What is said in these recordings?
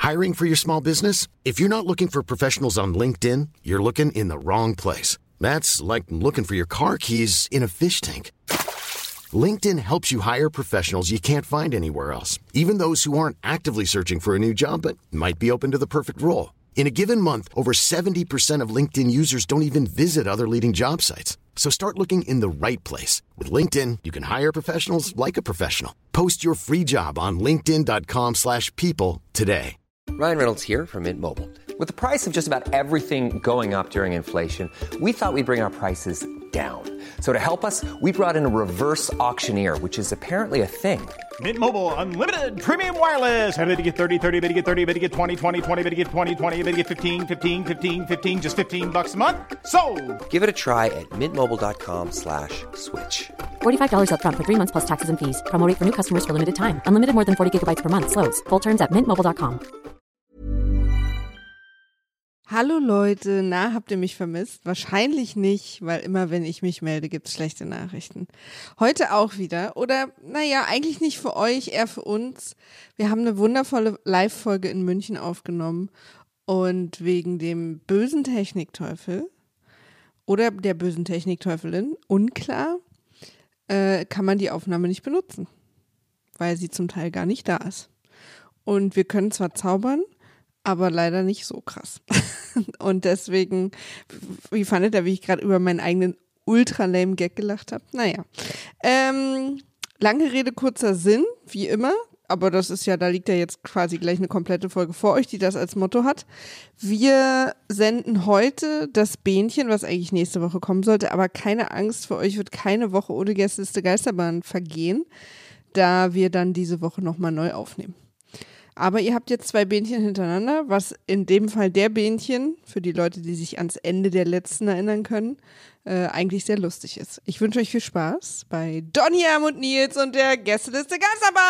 Hiring for your small business? If you're not looking for professionals on LinkedIn, you're looking in the wrong place. That's like looking for your car keys in a fish tank. LinkedIn helps you hire professionals you can't find anywhere else, even those who aren't actively searching for a new job but might be open to the perfect role. In a given month, over 70% of LinkedIn users don't even visit other leading job sites. So start looking in the right place. With LinkedIn, you can hire professionals like a professional. Post your free job on linkedin.com/people today. Ryan Reynolds here from Mint Mobile. With the price of just about everything going up during inflation, we thought we'd bring our prices down. So to help us, we brought in a reverse auctioneer, which is apparently a thing. Mint Mobile Unlimited Premium Wireless. How to get 30, 30, bit to get 30, bit to get 20, 20, 20, bit to get 20, 20, bit to get 15, 15, 15, 15, just $15 a month? Sold! Give it a try at mintmobile.com/switch. $45 up front for 3 months plus taxes and fees. Promo rate for new customers for limited time. Unlimited more than 40 gigabytes per month. Slows full terms at mintmobile.com. Hallo Leute, na, habt ihr mich vermisst? Wahrscheinlich nicht, weil immer wenn ich mich melde, gibt's schlechte Nachrichten. Heute auch wieder, oder naja, eigentlich nicht für euch, eher für uns. Wir haben eine wundervolle Live-Folge in München aufgenommen und wegen dem bösen Technikteufel oder der bösen Technikteufelin, unklar, kann man die Aufnahme nicht benutzen, weil sie zum Teil gar nicht da ist. Und wir können zwar zaubern, aber leider nicht so krass. Und deswegen, wie fandet ihr, wie ich gerade über meinen eigenen ultra lame Gag gelacht habe? Naja. Lange Rede, kurzer Sinn, wie immer. Aber das ist ja, da liegt ja jetzt quasi gleich eine komplette Folge vor euch, die das als Motto hat. Wir senden heute das Bähnchen, was eigentlich nächste Woche kommen sollte. Aber keine Angst, für euch wird keine Woche ohne Gästeliste Geisterbahn vergehen, da wir dann diese Woche nochmal neu aufnehmen. Aber ihr habt jetzt 2 Bähnchen hintereinander, was in dem Fall der Bähnchen, für die Leute, die sich ans Ende der letzten erinnern können, eigentlich sehr lustig ist. Ich wünsche euch viel Spaß bei Donny, und Nils und der Gästeliste Geisterbahn!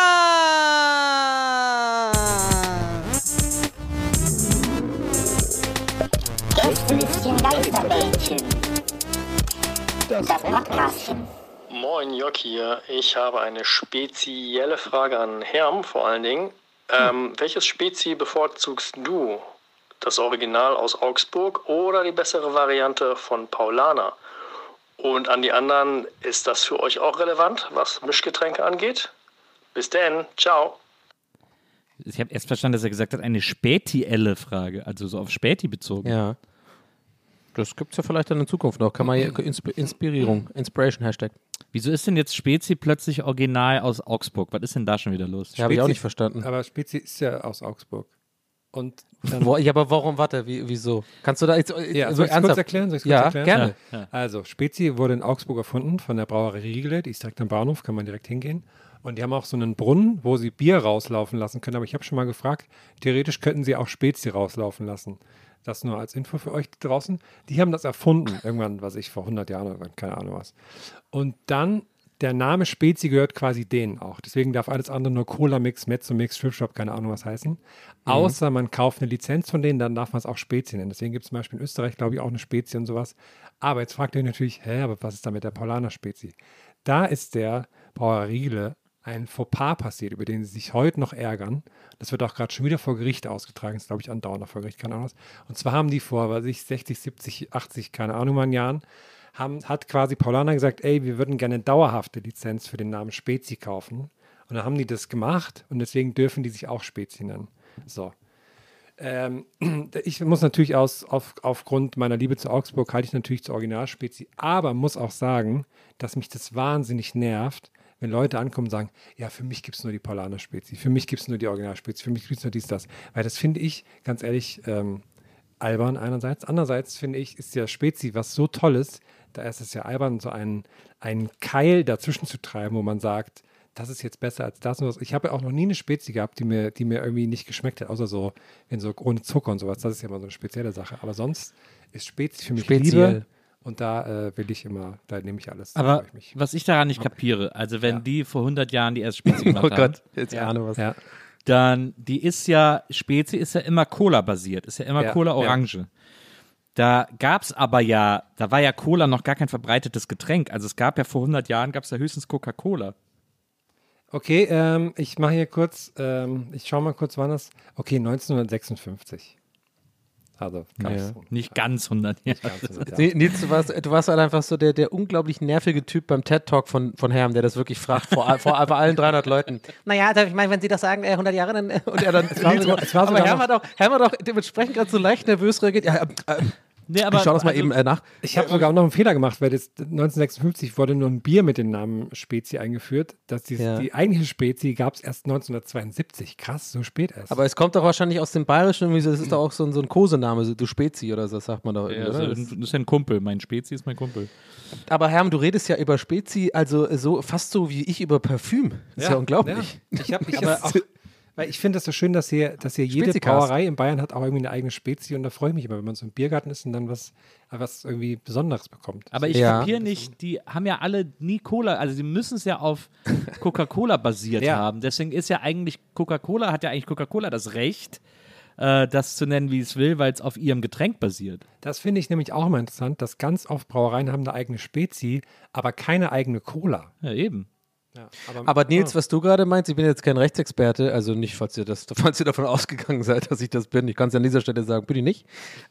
Gästelistchen Geisterbähnchen. Das Podcastchen. Moin, Jörg hier. Ich habe eine spezielle Frage an Herm vor allen Dingen. Welches Spezi bevorzugst du? Das Original aus Augsburg oder die bessere Variante von Paulaner? Und an die anderen, ist das für euch auch relevant, was Mischgetränke angeht? Bis denn, ciao. Ich habe erst verstanden, dass er gesagt hat, eine spätielle Frage, also so auf Späti bezogen. Ja. Das gibt's ja vielleicht dann in Zukunft noch. Kann man hier Inspiration Hashtag. Wieso ist denn jetzt Spezi plötzlich original aus Augsburg? Was ist denn da schon wieder los? Ja, habe ich auch nicht verstanden. Aber Spezi ist ja aus Augsburg. Und ja, aber warum? Warte, wieso? Kannst du da jetzt ja, soll ich es kurz erklären? Gerne. Ja. Also, Spezi wurde in Augsburg erfunden von der Brauerei Riegele, die ist direkt am Bahnhof, kann man direkt hingehen. Und die haben auch so einen Brunnen, wo sie Bier rauslaufen lassen können. Aber ich habe schon mal gefragt, theoretisch könnten sie auch Spezi rauslaufen lassen. Das nur als Info für euch draußen. Die haben das erfunden, irgendwann, vor 100 Jahren oder keine Ahnung was. Und dann, der Name Spezi gehört quasi denen auch. Deswegen darf alles andere nur Cola-Mix, Mezzo-Mix, Stripshop, keine Ahnung was heißen. Außer man kauft eine Lizenz von denen, dann darf man es auch Spezi nennen. Deswegen gibt es zum Beispiel in Österreich, glaube ich, auch eine Spezi und sowas. Aber jetzt fragt ihr euch natürlich, aber was ist da mit der Paulaner Spezi? Da ist der Brauerei Riegele ein Fauxpas passiert, über den sie sich heute noch ärgern. Das wird auch gerade schon wieder vor Gericht ausgetragen. Das ist, glaube ich, andauernd noch vor Gericht, keine Ahnung was. Und zwar haben die vor, 60, 70, 80, keine Ahnung, mal Jahren, hat quasi Paulaner gesagt, ey, wir würden gerne eine dauerhafte Lizenz für den Namen Spezi kaufen. Und dann haben die das gemacht und deswegen dürfen die sich auch Spezi nennen. So. Ich muss natürlich aufgrund meiner Liebe zu Augsburg halte ich natürlich zur Original-Spezi, aber muss auch sagen, dass mich das wahnsinnig nervt, wenn Leute ankommen und sagen, ja, für mich gibt es nur die Paulaner Spezi, für mich gibt es nur die Original-Spezi, für mich gibt es nur dies, das. Weil das finde ich, ganz ehrlich, albern einerseits. Andererseits finde ich, ist ja Spezi was so Tolles, da ist es ja albern, so einen Keil dazwischen zu treiben, wo man sagt, das ist jetzt besser als das und das. Ich habe ja auch noch nie eine Spezi gehabt, die mir irgendwie nicht geschmeckt hat, außer so, wenn so ohne Zucker und sowas. Das ist ja immer so eine spezielle Sache. Aber sonst ist Spezi für mich Liebe. Und da da nehme ich alles. Aber was ich daran nicht kapiere, also wenn die vor 100 Jahren die erste Spezi gemacht haben. Oh Gott, jetzt ahne was. Ja. Dann, Spezi ist ja immer Cola-basiert, ist ja immer Cola-Orange. Ja. Da war ja Cola noch gar kein verbreitetes Getränk. Also es gab ja vor 100 Jahren, höchstens Coca-Cola. Okay, ich mache hier kurz, ich schaue mal kurz, wann das. Okay, 1956. Also nicht ganz 100 Jahre. Nils, du warst halt einfach so der unglaublich nervige Typ beim TED-Talk von Herm, der das wirklich fragt vor allen 300 Leuten. Naja, ich meine, wenn Sie das sagen, 100 Jahre, dann und er dann. Aber Herm hat auch dementsprechend gerade so leicht nervös reagiert. Ja, Nee, aber ich schau das mal eben nach. Ich habe sogar noch einen Fehler gemacht, weil 1956 wurde nur ein Bier mit dem Namen Spezi eingeführt. Die eigentliche Spezi gab es erst 1972. Krass, so spät erst. Aber es kommt doch wahrscheinlich aus dem Bayerischen, das ist doch auch so ein Kosename, du Spezi oder so, sagt man doch. Ja, das ist ja ein Kumpel, mein Spezi ist mein Kumpel. Aber Herm, du redest ja über Spezi, also so fast so wie ich über Parfüm. Das ist ja unglaublich. Ja. Ich habe auch... Weil ich finde das so schön, dass hier jede Brauerei in Bayern hat auch irgendwie eine eigene Spezi und da freue ich mich immer, wenn man so im Biergarten ist und dann was irgendwie Besonderes bekommt. Aber ich kapiere nicht, die haben ja alle nie Cola, also sie müssen es ja auf Coca-Cola basiert haben. Deswegen ist ja eigentlich hat ja eigentlich Coca-Cola das Recht, das zu nennen, wie es will, weil es auf ihrem Getränk basiert. Das finde ich nämlich auch immer interessant, dass ganz oft Brauereien haben eine eigene Spezi, aber keine eigene Cola. Ja, eben. Ja, aber Nils, was du gerade meinst, ich bin jetzt kein Rechtsexperte, also nicht, falls ihr davon ausgegangen seid, dass ich das bin. Ich kann es an dieser Stelle sagen, bin ich nicht.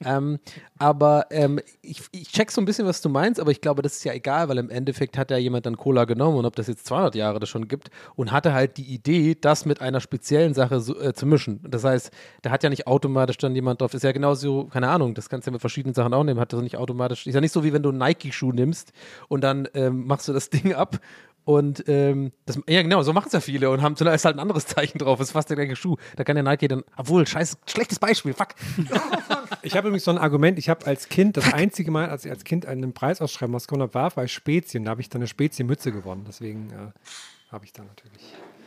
Ich check so ein bisschen, was du meinst, aber ich glaube, das ist ja egal, weil im Endeffekt hat ja jemand dann Cola genommen und ob das jetzt 200 Jahre das schon gibt und hatte halt die Idee, das mit einer speziellen Sache zu mischen. Das heißt, da hat ja nicht automatisch dann jemand drauf, ist ja genauso, keine Ahnung, das kannst du ja mit verschiedenen Sachen auch nehmen, hat das nicht automatisch, ist ja nicht so, wie wenn du einen Nike-Schuh nimmst und dann machst du das Ding ab. Und ja genau, so machen es ja viele und haben da ist halt ein anderes Zeichen drauf, ist fast der gleiche Schuh. Da kann der Nike dann, obwohl, scheiße, schlechtes Beispiel, fuck. Ich habe übrigens so ein Argument, ich habe als Kind, das einzige Mal, als ich als Kind einen Preisausschreiben was gewonnen habe, war bei Spezi und da habe ich dann eine Spezi-Mütze gewonnen, deswegen habe ich da natürlich.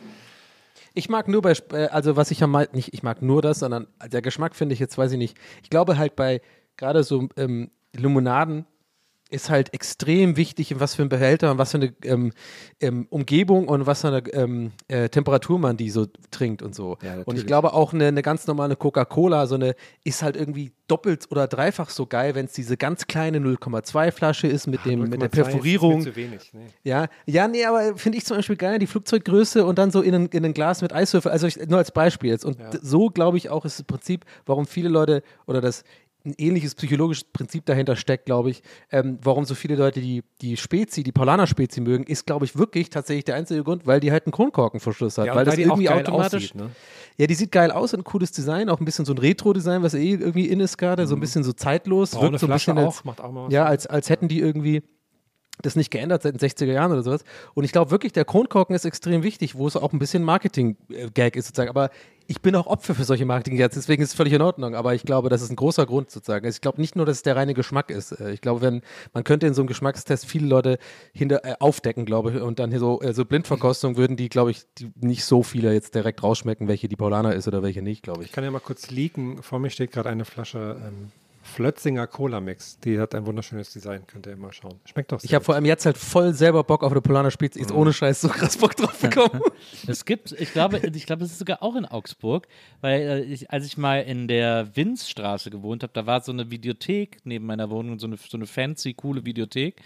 Ich mag nur was ich nicht, ich mag nur das, sondern der Geschmack finde ich jetzt, weiß ich nicht, ich glaube halt bei gerade so Limonaden ist halt extrem wichtig, in was für ein Behälter und was für eine Umgebung und was für eine Temperatur man die so trinkt und so. Ja, und ich glaube auch eine ganz normale Coca-Cola, ist halt irgendwie doppelt oder dreifach so geil, wenn es diese ganz kleine 0,2 Flasche ist mit der Perforierung. Ist mir zu wenig, nee. Nee, aber finde ich zum Beispiel geil, die Flugzeuggröße und dann so in ein Glas mit Eiswürfel, also nur als Beispiel jetzt. Und so glaube ich auch ist das Prinzip, warum viele Leute oder das ein ähnliches psychologisches Prinzip dahinter steckt, glaube ich. Warum so viele Leute die Spezi, die Paulaner-Spezi mögen, ist, glaube ich, wirklich tatsächlich der einzige Grund, weil die halt einen Kronkorkenverschluss hat. Ja, weil das die irgendwie auch geil automatisch. Aussieht, ne? Ja, die sieht geil aus, ein cooles Design, auch ein bisschen so ein Retro-Design, was irgendwie in ist gerade, so ein bisschen so zeitlos. Braune wirkt so ein Flasche bisschen auch, macht auch mal was. Ja, als hätten die irgendwie das nicht geändert seit den 60er Jahren oder sowas. Und ich glaube wirklich, der Kronkorken ist extrem wichtig, wo es auch ein bisschen Marketing-Gag ist sozusagen. Aber ich bin auch Opfer für solche Marketing-Gags, deswegen ist es völlig in Ordnung. Aber ich glaube, das ist ein großer Grund sozusagen. Also ich glaube nicht nur, dass es der reine Geschmack ist. Ich glaube, man könnte in so einem Geschmackstest viele Leute aufdecken, glaube ich. Und dann hier so Blindverkostung würden die, glaube ich, nicht so viele jetzt direkt rausschmecken, welche die Paulaner ist oder welche nicht, glaube ich. Ich kann ja mal kurz leaken. Vor mir steht gerade eine Flasche Flötzinger Cola-Mix. Die hat ein wunderschönes Design, könnt ihr immer schauen. Schmeckt doch sehr. Ich habe vor allem jetzt halt voll selber Bock auf eine Paulaner Spezi. Ist ohne Scheiß so krass Bock drauf bekommen. Es gibt, ich glaube, es ist sogar auch in Augsburg, weil als ich mal in der Winzstraße gewohnt habe, da war so eine Videothek neben meiner Wohnung, so eine fancy, coole Videothek.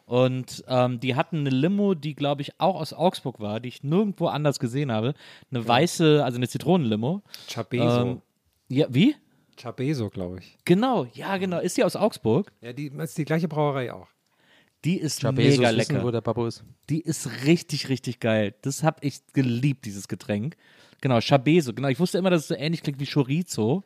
Und die hatten eine Limo, die, glaube ich, auch aus Augsburg war, die ich nirgendwo anders gesehen habe. Eine weiße, also eine Zitronenlimo. Chabeso. Ja, wie? Chabeso, glaube ich. Genau, ja, genau. Ist die aus Augsburg? Ja, die ist die gleiche Brauerei auch. Die ist Chabeso mega wissen, lecker. wo der Babbo ist. Die ist richtig, richtig geil. Das habe ich geliebt, dieses Getränk. Genau, Chabeso. Genau, ich wusste immer, dass es so ähnlich klingt wie Chorizo.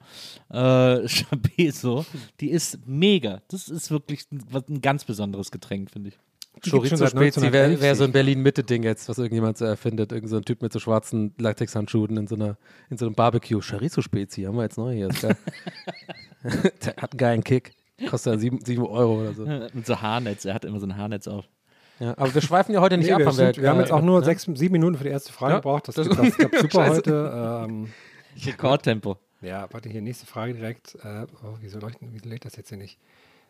Chabeso. Die ist mega. Das ist wirklich ein ganz besonderes Getränk, finde ich. Chorizo-Spezi wäre so ein Berlin-Mitte-Ding jetzt, was irgendjemand so erfindet. Irgend so ein Typ mit so schwarzen Latexhandschuhen in so einem Barbecue. Chorizo-Spezi, haben wir jetzt neu hier. Ist geil. Der hat einen geilen Kick. Kostet ja 7 Euro oder so. Mit so Haarnetz. Er hat immer so ein Haarnetz auf. Ja, aber wir schweifen ja heute nicht ab. Wir haben jetzt auch nur 7 Minuten für die erste Frage gebraucht. Das klappt super heute. Rekordtempo. Ja, warte, hier, nächste Frage direkt. Wieso lädt das jetzt hier nicht?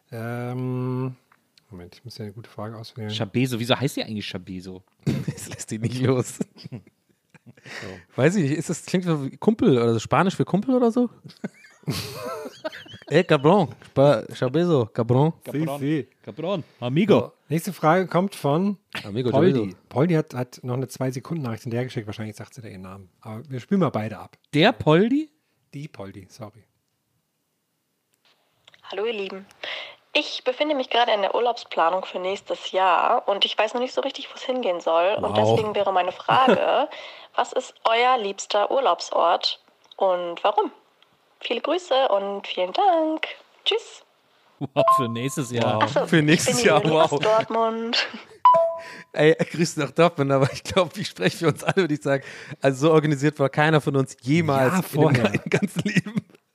Moment, ich muss ja eine gute Frage auswählen. Chabeso, wieso heißt die eigentlich Chabeso? Das lässt die nicht los. So. Weiß ich nicht, klingt wie Kumpel oder so, Spanisch für Kumpel oder so? Cabron. Chabezo, Cabron. Cabron. Amigo. So, nächste Frage kommt von Amigo Poldi. Chabezo. Poldi hat noch eine 2-Sekunden-Nachricht hinterhergeschickt. Wahrscheinlich sagt sie da ihren Namen. Aber wir spielen mal beide ab. Der Poldi? Die Poldi, sorry. Hallo ihr Lieben. Ich befinde mich gerade in der Urlaubsplanung für nächstes Jahr und ich weiß noch nicht so richtig, wo es hingehen soll. Wow. Und deswegen wäre meine Frage, was ist euer liebster Urlaubsort und warum? Viele Grüße und vielen Dank. Tschüss. Wow, für nächstes Jahr. Achso, Für nächstes ich bin Jahr, die Lilly aus wow. Dortmund. Ey, Grüße nach Dortmund, aber ich glaube, ich spreche für uns alle, würde ich sagen. Also so organisiert war keiner von uns jemals Ja, in vorher. dem ganzen Leben.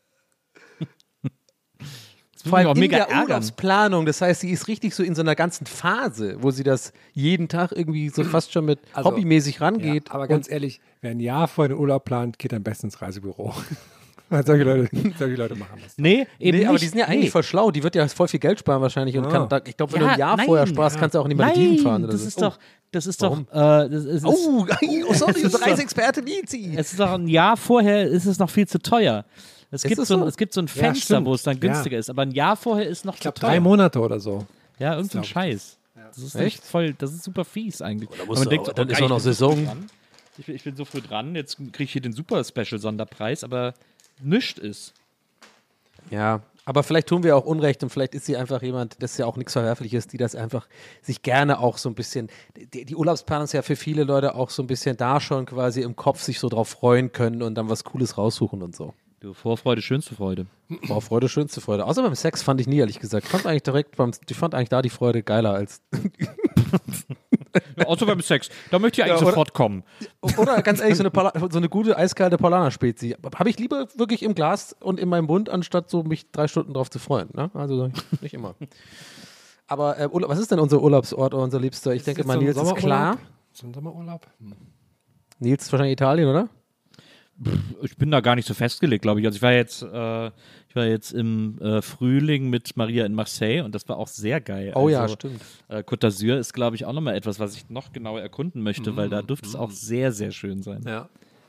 Das Vor würde mich allem auch in mega der ärgern. Urlaubsplanung. Das heißt, sie ist richtig so in so einer ganzen Phase, wo sie das jeden Tag irgendwie so fast schon mit Also, hobbymäßig rangeht. Ja, aber ganz ehrlich, wer ein Jahr vorher den Urlaub plant, geht am besten ins Reisebüro. Weil solche Leute machen das. Nee, eben Nee, aber nicht. die sind ja eigentlich voll schlau. Die wird ja voll viel Geld sparen wahrscheinlich. Und kann da, ich glaube, wenn du ein Jahr vorher sparst, kannst du auch in die Malediven fahren. Oder das so. ist doch, das ist Warum? doch, das ist, sorry, das Reiseexperte Lizi. es ist doch ein Jahr vorher ist es noch viel zu teuer. Es gibt es so, so? es gibt so ein Ja, Fenster, stimmt. wo es dann günstiger ist, aber ein Jahr vorher ist noch Ich zu glaube, teuer. 3 Monate oder so. Ja, irgend so ein glaub ich. Scheiß. Das ist echt voll, das ist super fies eigentlich. musst du auch- dann ist auch noch ich bin so früh Saison. dran. Ich bin so früh dran, jetzt kriege ich hier den super Special-Sonderpreis, aber nichts ist. Ja, aber vielleicht tun wir auch Unrecht und vielleicht ist sie einfach jemand, das ist ja auch nichts Verwerfliches, die das einfach sich gerne auch so ein bisschen, die Urlaubsplanung ist ja für viele Leute auch so ein bisschen da schon quasi im Kopf sich so drauf freuen können und dann was Cooles raussuchen und so. Du, Vorfreude, schönste Freude. Vorfreude, schönste Freude. Außer beim Sex fand ich nie, ehrlich gesagt. Ich fand eigentlich da die Freude geiler als. Ja, außer beim Sex. Da möchte ich eigentlich Ja, oder- sofort kommen. Oder ganz ehrlich, so eine gute, eiskalte Paulaner-Spezi. Habe ich lieber wirklich im Glas und in meinem Mund, anstatt so mich 3 Stunden drauf zu freuen. Ne? Also nicht immer. Aber was ist denn unser Urlaubsort oder unser Liebster? Ich denke mal, Nils ist klar. So ein Sommerurlaub? Nils ist wahrscheinlich Italien, oder? Ich bin da gar nicht so festgelegt, glaube ich. Also ich war jetzt im Frühling mit Maria in Marseille und das war auch sehr geil. Oh ja, Also, stimmt. Côte d'Azur ist, glaube ich, auch nochmal etwas, was ich noch genauer erkunden möchte, weil da dürfte es auch sehr, sehr schön sein. Ja.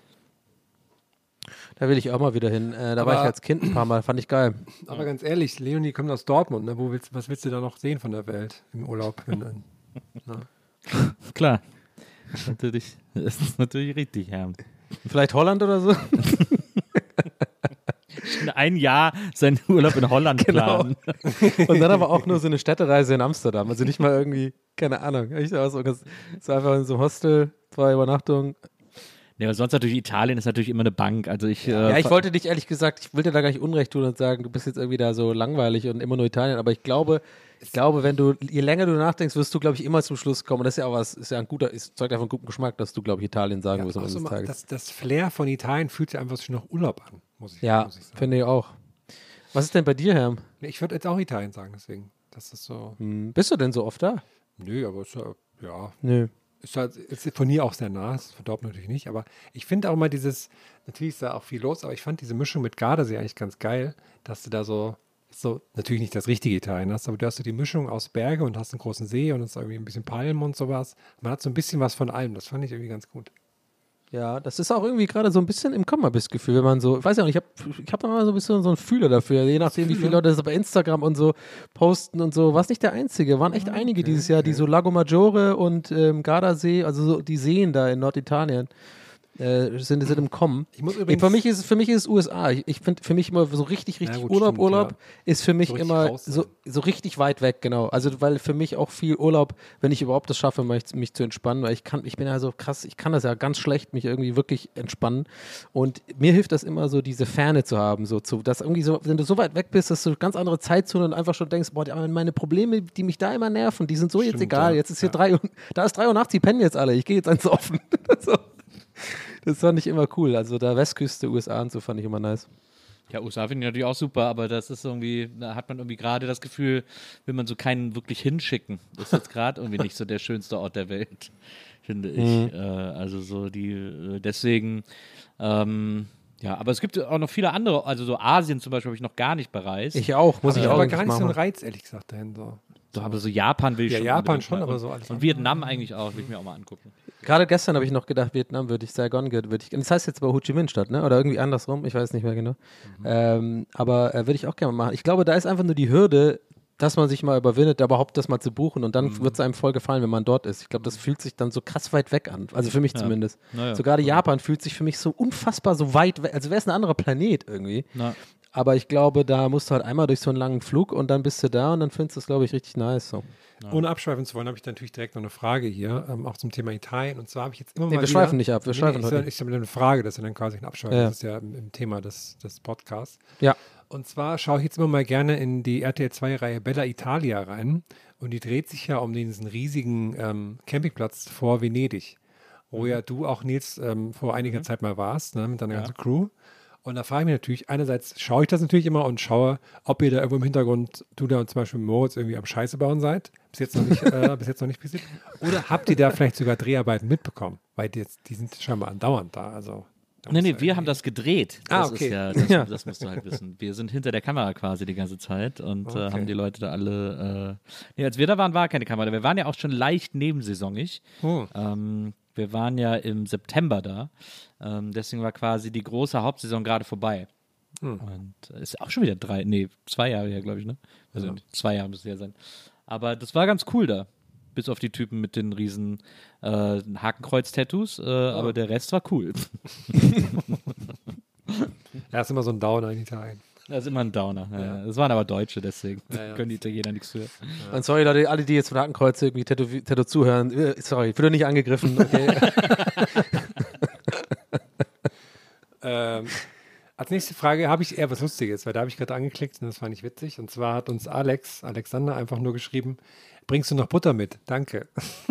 Da will ich auch mal wieder hin. Da Aber- war ich als Kind ein paar Mal, fand ich geil. Aber ganz ehrlich, Leonie kommt aus Dortmund. Ne? Was willst du da noch sehen von der Welt im Urlaub? Klar. Das ist natürlich richtig, ja. Vielleicht Holland oder so? Ein Jahr seinen Urlaub in Holland Genau. planen. Und dann aber auch nur so eine Städtereise in Amsterdam. Also nicht mal irgendwie, keine Ahnung. Ich war so einfach in so einem Hostel, 2 Übernachtungen. Ja, aber sonst natürlich Italien ist natürlich immer eine Bank. Also ich Wollte dich ehrlich gesagt, ich will dir da gar nicht Unrecht tun und sagen, du bist jetzt irgendwie da so langweilig und immer nur Italien, aber ich glaube, je länger du nachdenkst, wirst du, glaube ich, immer zum Schluss kommen. Und das ist ja auch was, zeugt einfach von gutem Geschmack, dass du, glaube ich, Italien sagen wirst am Ende des Tages. Das Flair von Italien fühlt sich einfach schon nach Urlaub an, muss ich sagen. Finde ich auch. Was ist denn bei dir, Herr? Ich würde jetzt auch Italien sagen, deswegen. Das ist so. Bist du denn so oft da? Nö, aber ist ja. Nö. Ist von hier auch sehr nah, ist von dort natürlich nicht, aber ich finde auch mal natürlich ist da auch viel los, aber ich fand diese Mischung mit Gardasee eigentlich ganz geil, dass du da so natürlich nicht das richtige Italien hast, aber du hast so die Mischung aus Berge und hast einen großen See und es ist irgendwie ein bisschen Palmen und sowas. Man hat so ein bisschen was von allem, das fand ich irgendwie ganz gut. Ja, das ist auch irgendwie gerade so ein bisschen im Komma-Biss-Gefühl, wenn man so, ich weiß ja nicht, ich hab immer so ein bisschen so einen Fühler dafür, je nachdem, wie viele Leute das bei Instagram und so posten und so. War's nicht der Einzige, waren echt einige dieses Jahr, die so Lago Maggiore und Gardasee, also so die Seen da in Norditalien, sind im Kommen. Für mich ist es USA. Ich finde für mich immer so richtig gut, Urlaub stimmt, ist für mich So richtig immer raus so richtig weit weg, genau. Also weil für mich auch viel Urlaub, wenn ich überhaupt das schaffe, mich zu entspannen, weil ich bin ja so krass, ich kann das ja ganz schlecht, mich irgendwie wirklich entspannen. Und mir hilft das immer so, diese Ferne zu haben, dass irgendwie so, wenn du so weit weg bist, dass du ganz andere Zeitzonen und einfach schon denkst, boah, meine Probleme, die mich da immer nerven, die sind so jetzt egal. Ja. Jetzt ist hier 3 Uhr, da ist 3 Uhr nachts, die pennen jetzt alle, ich gehe jetzt ans Offen. So. Das fand ich immer cool. Also da Westküste USA und so fand ich immer nice. Ja, USA finde ich natürlich auch super, aber das ist irgendwie, da hat man irgendwie gerade das Gefühl, will man so keinen wirklich hinschicken. Das ist jetzt gerade irgendwie nicht so der schönste Ort der Welt, finde ich. Also so deswegen, ja, aber es gibt auch noch viele andere, also so Asien zum Beispiel habe ich noch gar nicht bereist. Ich auch, muss ich auch. Aber gar nicht so einen Reiz, ehrlich gesagt, dahin so. So, aber so Japan will ich Ja, schon. Japan unbedingt schon, mal. aber so alles Und Vietnam eigentlich auch, will ich mir auch mal angucken. Gerade gestern habe ich noch gedacht, Vietnam würde ich, Saigon würde ich, das heißt jetzt aber Ho Chi Minh Stadt, ne? Oder irgendwie andersrum, ich weiß nicht mehr genau. Aber würde ich auch gerne mal machen. Ich glaube, da ist einfach nur die Hürde, dass man sich mal überwindet, überhaupt das mal zu buchen und dann wird es einem voll gefallen, wenn man dort ist. Ich glaube, das fühlt sich dann so krass weit weg an. Also für mich zumindest. Naja. So gerade Japan fühlt sich für mich so unfassbar so weit weg, also wäre es ein anderer Planet irgendwie. Na. Aber ich glaube, da musst du halt einmal durch so einen langen Flug und dann bist du da und dann findest du es, glaube ich, richtig nice. So. Ohne abschweifen zu wollen, habe ich natürlich direkt noch eine Frage hier, auch zum Thema Italien. Und zwar habe ich jetzt immer mal wir schweifen nicht ab, wir schweifen heute. Ich habe eine Frage, das ist dann quasi ein Abschweifen, das ist ja im Thema des Podcasts. Ja. Und zwar schaue ich jetzt immer mal gerne in die RTL 2-Reihe Bella Italia rein. Und die dreht sich ja um diesen riesigen Campingplatz vor Venedig, wo ja du auch, Nils, vor einiger Zeit mal warst, ne, mit deiner ganzen Crew. Und da frage ich mich natürlich, einerseits schaue ich das natürlich immer und schaue, ob ihr da irgendwo im Hintergrund, du da und zum Beispiel Moritz irgendwie am Scheiße bauen seid. Bis jetzt noch nicht passiert. Oder habt ihr da vielleicht sogar Dreharbeiten mitbekommen? Weil die sind scheinbar andauernd da. Also, Nee, wir haben das gedreht. Das okay. ist ja, das musst du halt wissen. Wir sind hinter der Kamera quasi die ganze Zeit und haben die Leute da alle. Als wir da waren, war keine Kamera. Wir waren ja auch schon leicht nebensaisonig. Wir waren ja im September da. Deswegen war quasi die große Hauptsaison gerade vorbei. Und ist auch schon wieder 2 Jahre her, glaube ich, ne? Also 2 Jahre müsste ja sein. Aber das war ganz cool da. Bis auf die Typen mit den riesen Hakenkreuz-Tattoos. Aber der Rest war cool. Ja, ist immer so ein Downer in Italien. Das ist immer ein Downer. Ja. Das waren aber Deutsche, deswegen können die Italiener nichts für. Ja. Und sorry, Leute, alle, die jetzt von Hakenkreuz irgendwie Tattoo zuhören, sorry, ich wurde nicht angegriffen. Okay. Als nächste Frage habe ich eher was Lustiges, weil da habe ich gerade angeklickt und das fand ich witzig. Und zwar hat uns Alexander einfach nur geschrieben, bringst du noch Butter mit? Danke.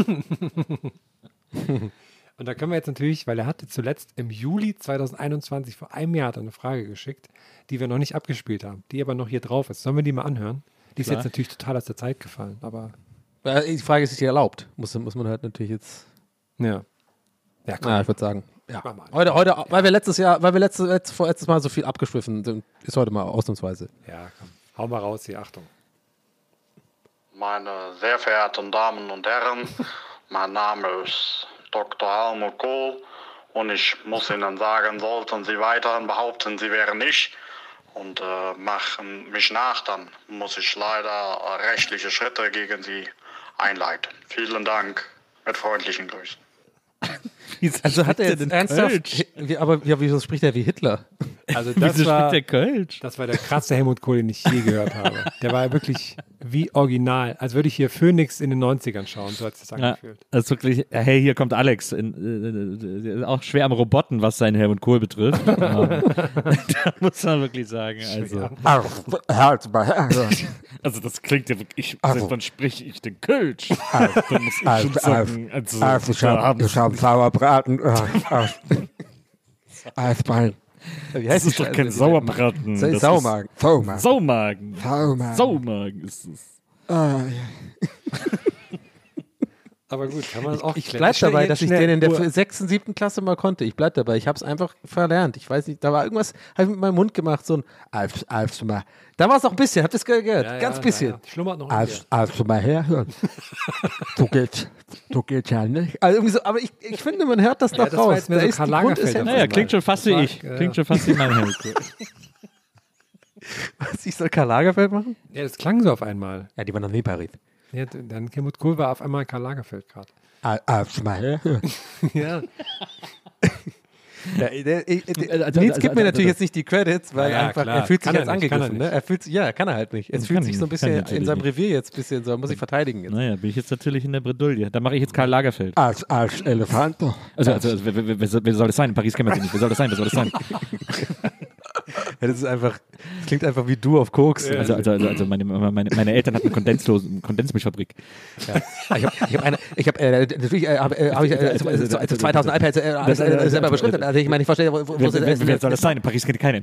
Und da können wir jetzt natürlich, weil er hatte zuletzt im Juli 2021, vor einem Jahr, hat er eine Frage geschickt, die wir noch nicht abgespielt haben, die aber noch hier drauf ist. Sollen wir die mal anhören? Die ist jetzt natürlich total aus der Zeit gefallen, aber... Die Frage ist, ist die erlaubt? Muss man halt natürlich jetzt... Ja. Ja, komm. Ich würde sagen, ja. Heute, weil wir letztes Mal so viel abgeschwiffen sind, ist heute mal ausnahmsweise. Ja, komm. Hau mal raus hier, Achtung. Meine sehr verehrten Damen und Herren, mein Name ist Dr. Helmut Kohl und ich muss Ihnen sagen, sollten Sie weiterhin behaupten, Sie wären ich und machen mich nach, dann muss ich leider rechtliche Schritte gegen Sie einleiten. Vielen Dank, mit freundlichen Grüßen. Also hat er jetzt ernsthaft, wieso spricht er wie Hitler? Also das war der Kölsch? Das war der krasse Helmut Kohl, den ich je gehört habe. Der war wirklich wie original, als würde ich hier Phoenix in den 90ern schauen, so hat es sich angefühlt. Ja, das ist wirklich, hey, hier kommt Alex, auch schwer am Roboten, was seinen Helmut Kohl betrifft. Da muss man wirklich sagen, also das klingt ja wirklich, dann spreche ich den Kölsch. Dann muss ich schon sagen, ich habe Sauerbraten. Eisbein. Das ist doch kein Sauerbraten. Saumagen. Saumagen ist es. Aber gut, kann man das auch Ich bleibe dabei, dass ich den in der 6., 7. Klasse mal konnte. Ich bleibe dabei. Ich habe es einfach verlernt. Ich weiß nicht, da war irgendwas, habe ich mit meinem Mund gemacht, so ein mal. Da war es noch ein bisschen, habt ihr es gehört? Ja, ganz bisschen. Ja. Schlummert noch mal herhören. Du geht's ja nicht. Also irgendwie so, aber ich finde, man hört das noch raus. Da ist die Grundessenz. Naja, klingt schon fast wie ich. Klingt schon fast wie mein Helmut Kohl. Was, ich soll Karl Lagerfeld machen? Ja, das klang so auf einmal. Ja, die waren noch nie Paris. Ja, dann Helmut Kohl war auf einmal Karl Lagerfeld gerade. Mal herhören. Ja. Nils gibt mir natürlich jetzt nicht die Credits, weil einfach, er fühlt sich jetzt angegriffen. Kann er halt nicht. Es fühlt sich so ein bisschen in seinem Revier jetzt ein bisschen so, muss ich verteidigen jetzt. Naja, bin ich jetzt natürlich in der Bredouille. Da mache ich jetzt Karl Lagerfeld. Als Elefant. Also wer soll das sein? In Paris kennen wir sie nicht. Wer soll das sein? Ja, das klingt einfach wie du auf Koks. Ja. Also meine Eltern hatten eine Kondensmilchfabrik. Ja. Ich habe 2000 iPads selber beschriftet. Also ich meine, ich verstehe, wer soll das sein? In Paris kennt keiner.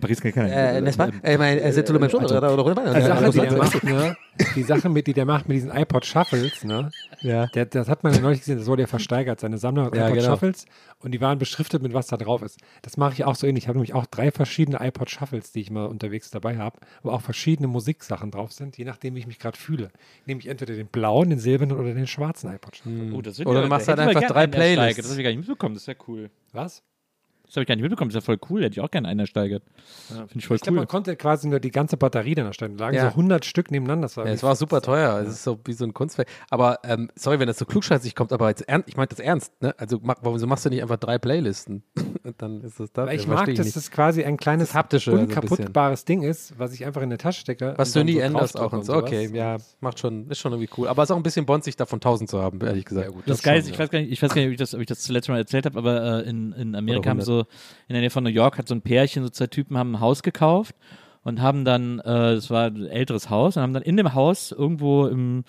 Die Sache, die der macht mit diesen iPod Shuffles, ne? Ja. Das hat man ja neulich gesehen, das wurde ja versteigert, seine Sammlung hat iPod Shuffles und die waren beschriftet mit was da drauf ist. Das mache ich auch so ähnlich. Ich habe nämlich auch 3 verschiedene iPod Shuffles, die ich mal unterwegs dabei habe, wo auch verschiedene Musiksachen drauf sind, je nachdem, wie ich mich gerade fühle. Nehme ich entweder den blauen, den silbernen oder den schwarzen iPod. Oh, das wird Oder ja, du machst da halt hätten wir einfach gern 3 einen ersteigert. Playlists. Das habe ich gar nicht mitbekommen, das ist ja cool. Was? Das habe ich gar nicht mitbekommen, das ist ja voll cool, hätte ich auch gerne einen ersteigert. Finde ich voll Ich glaube, cool. man konnte quasi nur die ganze Batterie dann erstellen. Da lagen Ja. so 100 Stück nebeneinander. Das Ja, es war super teuer. Es ist so wie so ein Kunstwerk. Aber sorry, wenn das so klugscheißig kommt, aber jetzt ich meine das ernst, ne? Also wieso machst du nicht einfach 3 Playlisten? Und dann ist es das. Weil ich mag, dass das quasi ein kleines haptische, also ein unkaputtbares Ding ist, was ich einfach in der Tasche stecke. Was und du dann nie so änderst auch draufdrücke und so. sowas. Okay, ja, ist schon irgendwie cool. Aber es ist auch ein bisschen bonzig, davon 1000 zu haben, ehrlich gesagt. Ja, gut, Das Geile ist, ich weiß gar nicht, ob ich das zuletzt mal erzählt habe, aber in Amerika haben so, in der Nähe von New York hat so ein Pärchen, so 2 Typen haben ein Haus gekauft und haben dann, das war ein älteres Haus, und haben dann in dem Haus irgendwo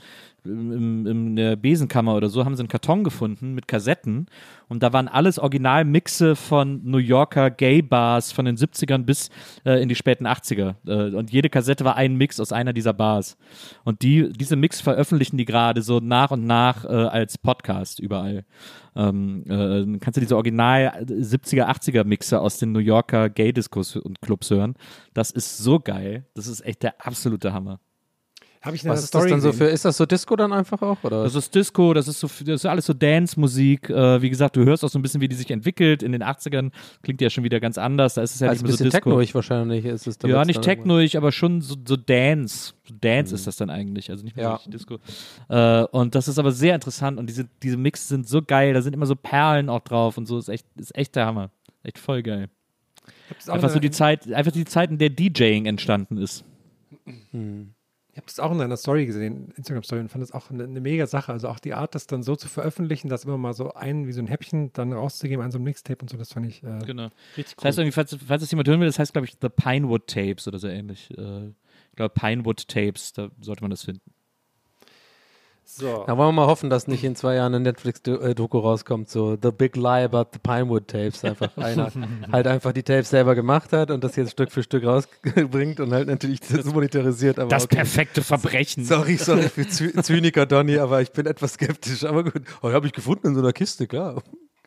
in der Besenkammer oder so, haben sie einen Karton gefunden mit Kassetten und da waren alles Originalmixe von New Yorker Gay-Bars von den 70ern bis in die späten 80er. Und jede Kassette war ein Mix aus einer dieser Bars. Und diese Mix veröffentlichen die gerade so nach und nach als Podcast überall. Kannst du diese Original 70er, 80er Mixe aus den New Yorker Gay-Discos und Clubs hören. Das ist so geil. Das ist echt der absolute Hammer. Habe ich Was ist das dann so für, ist das so Disco dann einfach auch? Oder? Das ist Disco, das ist alles so Dance-Musik. Wie gesagt, du hörst auch so ein bisschen, wie die sich entwickelt. In den 80ern klingt die ja schon wieder ganz anders. Da ist es ja Also nicht mehr so ein bisschen Disco. technoig wahrscheinlich ist es. Ja, nicht technoig, aber schon so Dance. Dance ist das dann eigentlich, also nicht mehr so richtig Disco. Und das ist aber sehr interessant und diese Mix sind so geil, da sind immer so Perlen auch drauf und so, ist echt der Hammer. Echt voll geil. Einfach so die Zeit, in der DJing entstanden ist. Ich habe das auch in deiner Story gesehen, Instagram-Story, und fand das auch eine mega Sache. Also auch die Art, das dann so zu veröffentlichen, das immer mal so wie so ein Häppchen dann rauszugeben an so einem Mixtape und so, das fand ich Genau. richtig cool. Das heißt irgendwie, falls das jemand hören will, das heißt, glaube ich, The Pinewood Tapes oder so ähnlich. Ich glaube, Pinewood Tapes, da sollte man das finden. So. Da wollen wir mal hoffen, dass nicht in 2 Jahren eine Netflix-Doku rauskommt, so The Big Lie About the Pinewood Tapes. Einfach einer halt einfach die Tapes selber gemacht hat und das jetzt Stück für Stück rausbringt und halt natürlich das monetarisiert. Aber das perfekte Verbrechen. Sorry für Zyniker Donny, aber ich bin etwas skeptisch. Aber gut, habe ich gefunden in so einer Kiste, klar.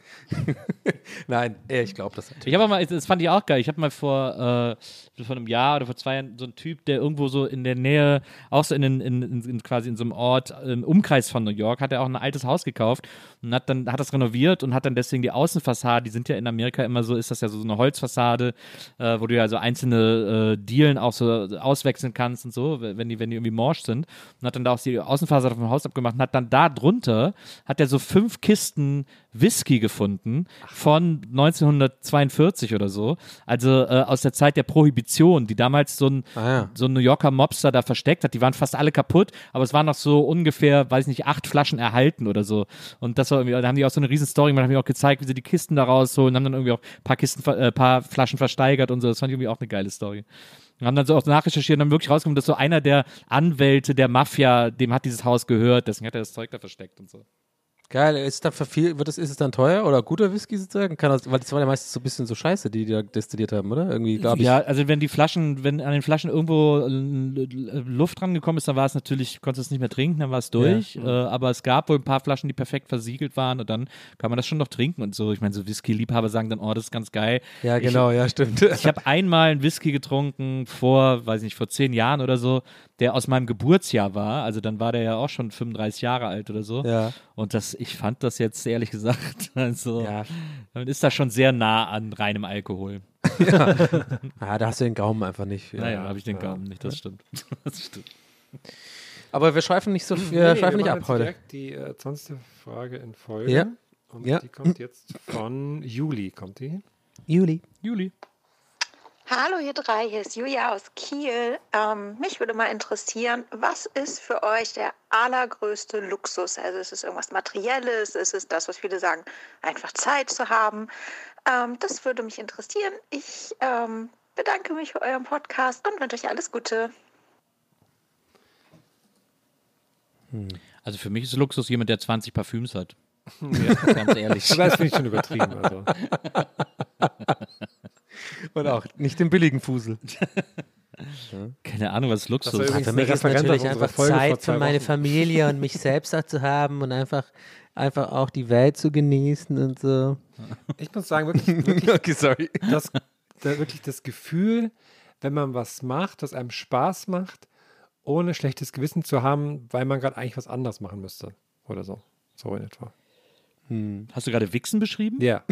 Nein, ich glaube das natürlich. Ich habe mal, das fand ich auch geil. Ich habe mal vor einem Jahr oder vor 2 Jahren so einen Typ, der irgendwo so in der Nähe, auch so quasi in so einem Ort im Umkreis von New York, hat er auch ein altes Haus gekauft und hat das renoviert und hat dann deswegen die Außenfassade, die sind ja in Amerika immer so, ist das ja so eine Holzfassade, wo du ja so einzelne Dielen auch so auswechseln kannst und so, wenn die irgendwie morsch sind, und hat dann da auch die Außenfassade vom Haus abgemacht und hat dann da drunter, hat er so 5 Kisten Whisky gefunden von 1942 oder so, also aus der Zeit der Prohibition, die damals so ein New Yorker Mobster da versteckt hat. Die waren fast alle kaputt, aber es waren noch so ungefähr, weiß nicht, 8 Flaschen erhalten oder so. Und das war irgendwie, da haben die auch so eine riesen Story, man hat mir auch gezeigt, wie sie die Kisten da rausholen, haben dann irgendwie auch ein paar Flaschen versteigert und so. Das fand ich irgendwie auch eine geile Story. Und haben dann so auch nachrecherchiert und dann wirklich rausgekommen, dass so einer der Anwälte der Mafia, dem hat dieses Haus gehört, deswegen hat er das Zeug da versteckt und so. Geil, ist es dann teuer oder guter Whisky sozusagen? Weil das war ja meistens so ein bisschen so Scheiße, die da destilliert haben, oder? Irgendwie, glaube ich. Ja, also wenn an den Flaschen irgendwo Luft dran gekommen ist, dann war es natürlich, konntest du es nicht mehr trinken, dann war es durch. Ja. Aber es gab wohl ein paar Flaschen, die perfekt versiegelt waren und dann kann man das schon noch trinken und so. Ich meine, so Whisky-Liebhaber sagen dann, oh, das ist ganz geil. Ja, genau, ja, stimmt. Ich habe einmal einen Whisky getrunken vor 10 Jahren oder so, der aus meinem Geburtsjahr war. Also dann war der ja auch schon 35 Jahre alt oder so. Ja. Und ich fand das jetzt ehrlich gesagt, also man ist da schon sehr nah an reinem Alkohol. Ja, da hast du den Gaumen einfach nicht. Naja, habe ich den Gaumen nicht, das stimmt. Aber wir schweifen nicht so viel, nicht ab heute. Direkt die 20. Frage in Folge. Ja. Und die kommt jetzt von Juli, kommt die? Juli. Hallo ihr 3, hier ist Julia aus Kiel. Mich würde mal interessieren, was ist für euch der allergrößte Luxus? Also ist es irgendwas Materielles? Ist es das, was viele sagen, einfach Zeit zu haben? Das würde mich interessieren. Ich bedanke mich für euren Podcast und wünsche euch alles Gute. Also für mich ist Luxus jemand, der 20 Parfüms hat. Ja, ganz ehrlich. Aber das finde ich schon übertrieben. Also. Und auch nicht den billigen Fusel. Keine Ahnung, was Luxus ist. Für mich ist natürlich einfach Zeit für meine Familie und mich selbst auch zu haben und einfach auch die Welt zu genießen und so. Ich muss sagen, wirklich okay, sorry. Wirklich das Gefühl, wenn man was macht, das einem Spaß macht, ohne schlechtes Gewissen zu haben, weil man gerade eigentlich was anderes machen müsste. Oder so. So in etwa. Hast du gerade Wichsen beschrieben? Ja.